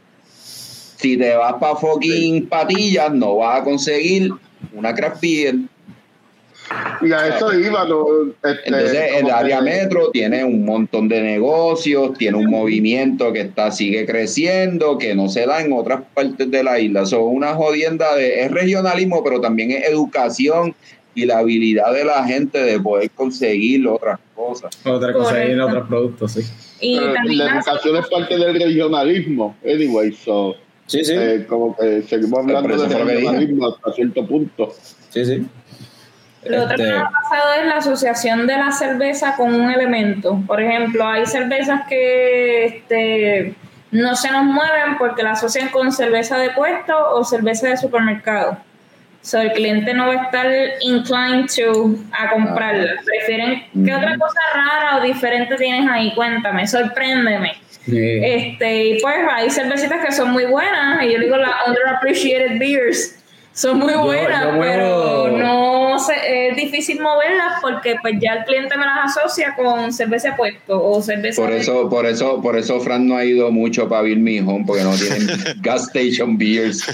Si te vas para fucking Patillas, no vas a conseguir una craft beer. Y a eso iba. Entonces el área metro tiene un montón de negocios, tiene un movimiento que sigue creciendo, que no se da en otras partes de la isla. Son una jodienda es regionalismo, pero también es educación y la habilidad de la gente de poder conseguir otras cosas. Conseguir otros productos, sí. Y la educación es parte del regionalismo, anyway, so sí. Como que seguimos hablando de regionalismo hasta cierto punto. Sí. Lo otro que me ha pasado es la asociación de la cerveza con un elemento. Por ejemplo, hay cervezas que no se nos mueven porque la asocian con cerveza de puesto o cerveza de supermercado. So, el cliente no va a estar inclined a comprarla. Prefieren, ¿qué otra cosa rara o diferente tienes ahí? Cuéntame, sorpréndeme. Y pues hay cervecitas que son muy buenas, y yo digo las underappreciated beers. Son muy buenas, pero no sé, es difícil moverlas porque pues ya el cliente me las asocia con cerveza de puesto o cerveza por eso Fran no ha ido mucho para Beer Me Home, porque no tienen gas station beers.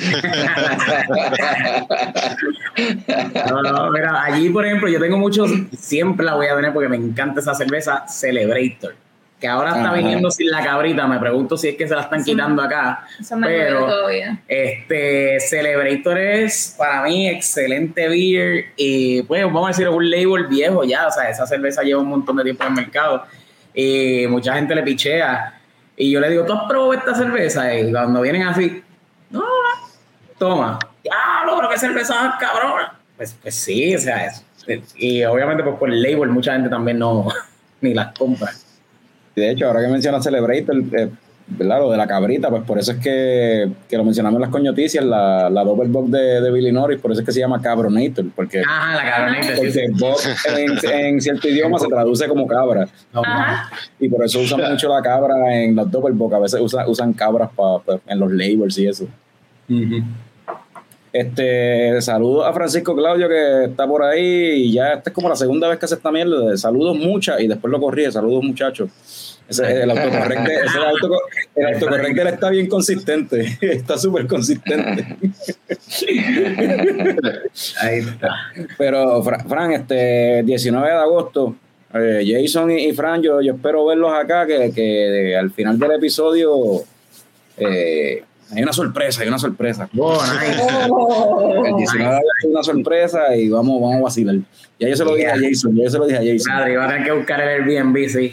No, mira, allí por ejemplo yo tengo muchos, siempre la voy a tener porque me encanta esa cerveza Celebrator, que ahora está viniendo sin la cabrita. Me pregunto si es que se la están quitando acá. Pero Celebrator es para mí excelente beer, y pues vamos a decir es un label viejo ya. O sea, esa cerveza lleva un montón de tiempo en el mercado y mucha gente le pichea, y yo le digo, ¿tú has probado esta cerveza? Y cuando vienen así, no, toma, diablo, pero qué cerveza cabrona. Pues sí, o sea, y obviamente pues por el label mucha gente también no ni las compra. De hecho, ahora que mencionas Celebrator, ¿verdad? Lo de la cabrita, pues por eso es que lo mencionamos en las coñoticias, la Double Bock de Billy Norris, por eso es que se llama Cabronator, porque la Cabronator, porque Bock en cierto idioma se traduce como cabra. Y por eso usan mucho la cabra en los Double Bock. A veces usan cabras en los labels y eso. Saludos a Francisco Claudio, que está por ahí, y ya esta es como la segunda vez que hace esta mierda. Saludos muchas, y después lo corrige. Saludos, muchachos. El autocorrector está bien consistente. Está súper consistente. Ahí está. Pero Fran, 19 de agosto, Jason y Fran, yo espero verlos acá, que al final del episodio Hay una sorpresa. Nice. El 19 hay una sorpresa y vamos a vacilar. Ya yo se lo dije a Jason. Madre, va a tener que buscar el Airbnb, sí.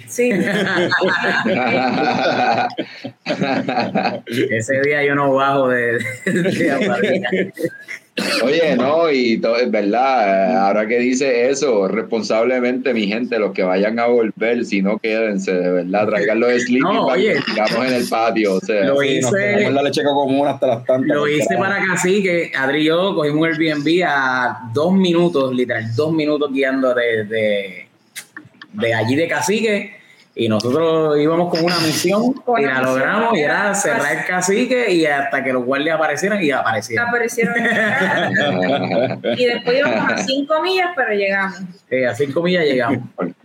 Ese día yo no bajo de Aguadilla. Oye, no, y todo, es verdad, ahora que dice eso, responsablemente, mi gente, los que vayan a volver, si no, quédense, de verdad, traigan los sleeping bags y digamos en el patio, o sea. Lo hice, la leche común hasta las tantas. Lo hice para Cacique, Adri y yo cogimos un Airbnb a 2 minutos, literal, 2 minutos guiando de allí de Cacique. Y nosotros íbamos con una misión y la logramos, y era cerrar el Cacique y hasta que los guardias aparecieran y aparecieron. Y después íbamos a 5 millas, pero llegamos. A 5 millas llegamos.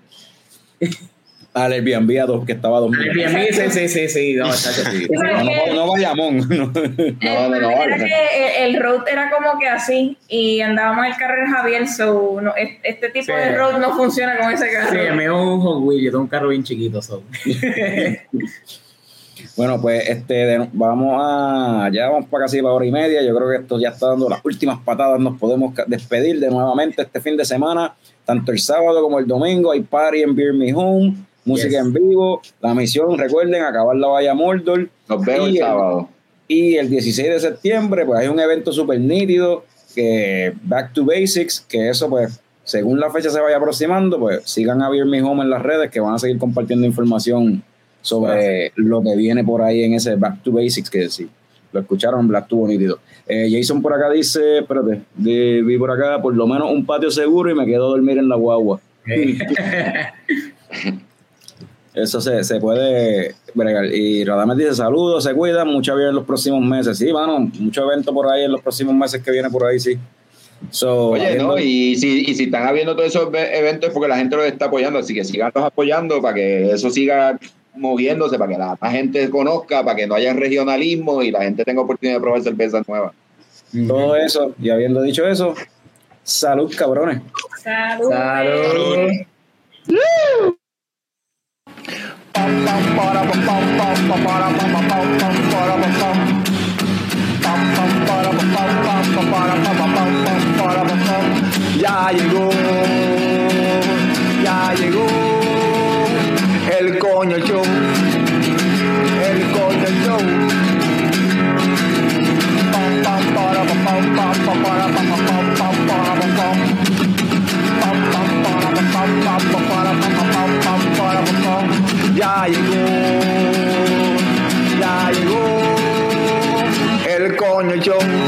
Al Airbnb a 2, que estaba a 2 millas. Airbnb, sí. No vayamos. No. Era que el road era como que así, y andábamos en el carro de Javier, este tipo de road no funciona con ese carro. Sí, me dio un Hot Wheels, yo tengo un carro bien chiquito. Bueno, pues vamos para casi la hora y media. Yo creo que esto ya está dando las últimas patadas. Nos podemos despedir de nuevamente este fin de semana. Tanto el sábado como el domingo hay party en Beer Me Home, música en vivo. La misión, recuerden, acabar la Bahía Mordor. Nos vemos el sábado. Y el 16 de septiembre, pues hay un evento súper nítido, que Back to Basics, que eso, pues, según la fecha se vaya aproximando, pues sigan a Beer Me Home en las redes, que van a seguir compartiendo información sobre lo que viene por ahí en ese Back to Basics, que sí, lo escucharon, Black estuvo nítido. Jason por acá dice, espérate, vi por acá, por lo menos un patio seguro y me quedo a dormir en la guagua. Eso se puede bregar. Y Radames dice, saludos, se cuidan, mucha vida en los próximos meses. Sí, mano, mucho evento por ahí en los próximos meses que viene por ahí, sí. Oye, no, y si están habiendo todos esos eventos es porque la gente los está apoyando, así que siganlos apoyando para que eso siga moviéndose, para que la gente conozca, para que no haya regionalismo y la gente tenga oportunidad de probar cervezas nuevas. Todo eso, y habiendo dicho eso, salud, cabrones. Salud. Ya llegó el coño show, ya llegó el coño show.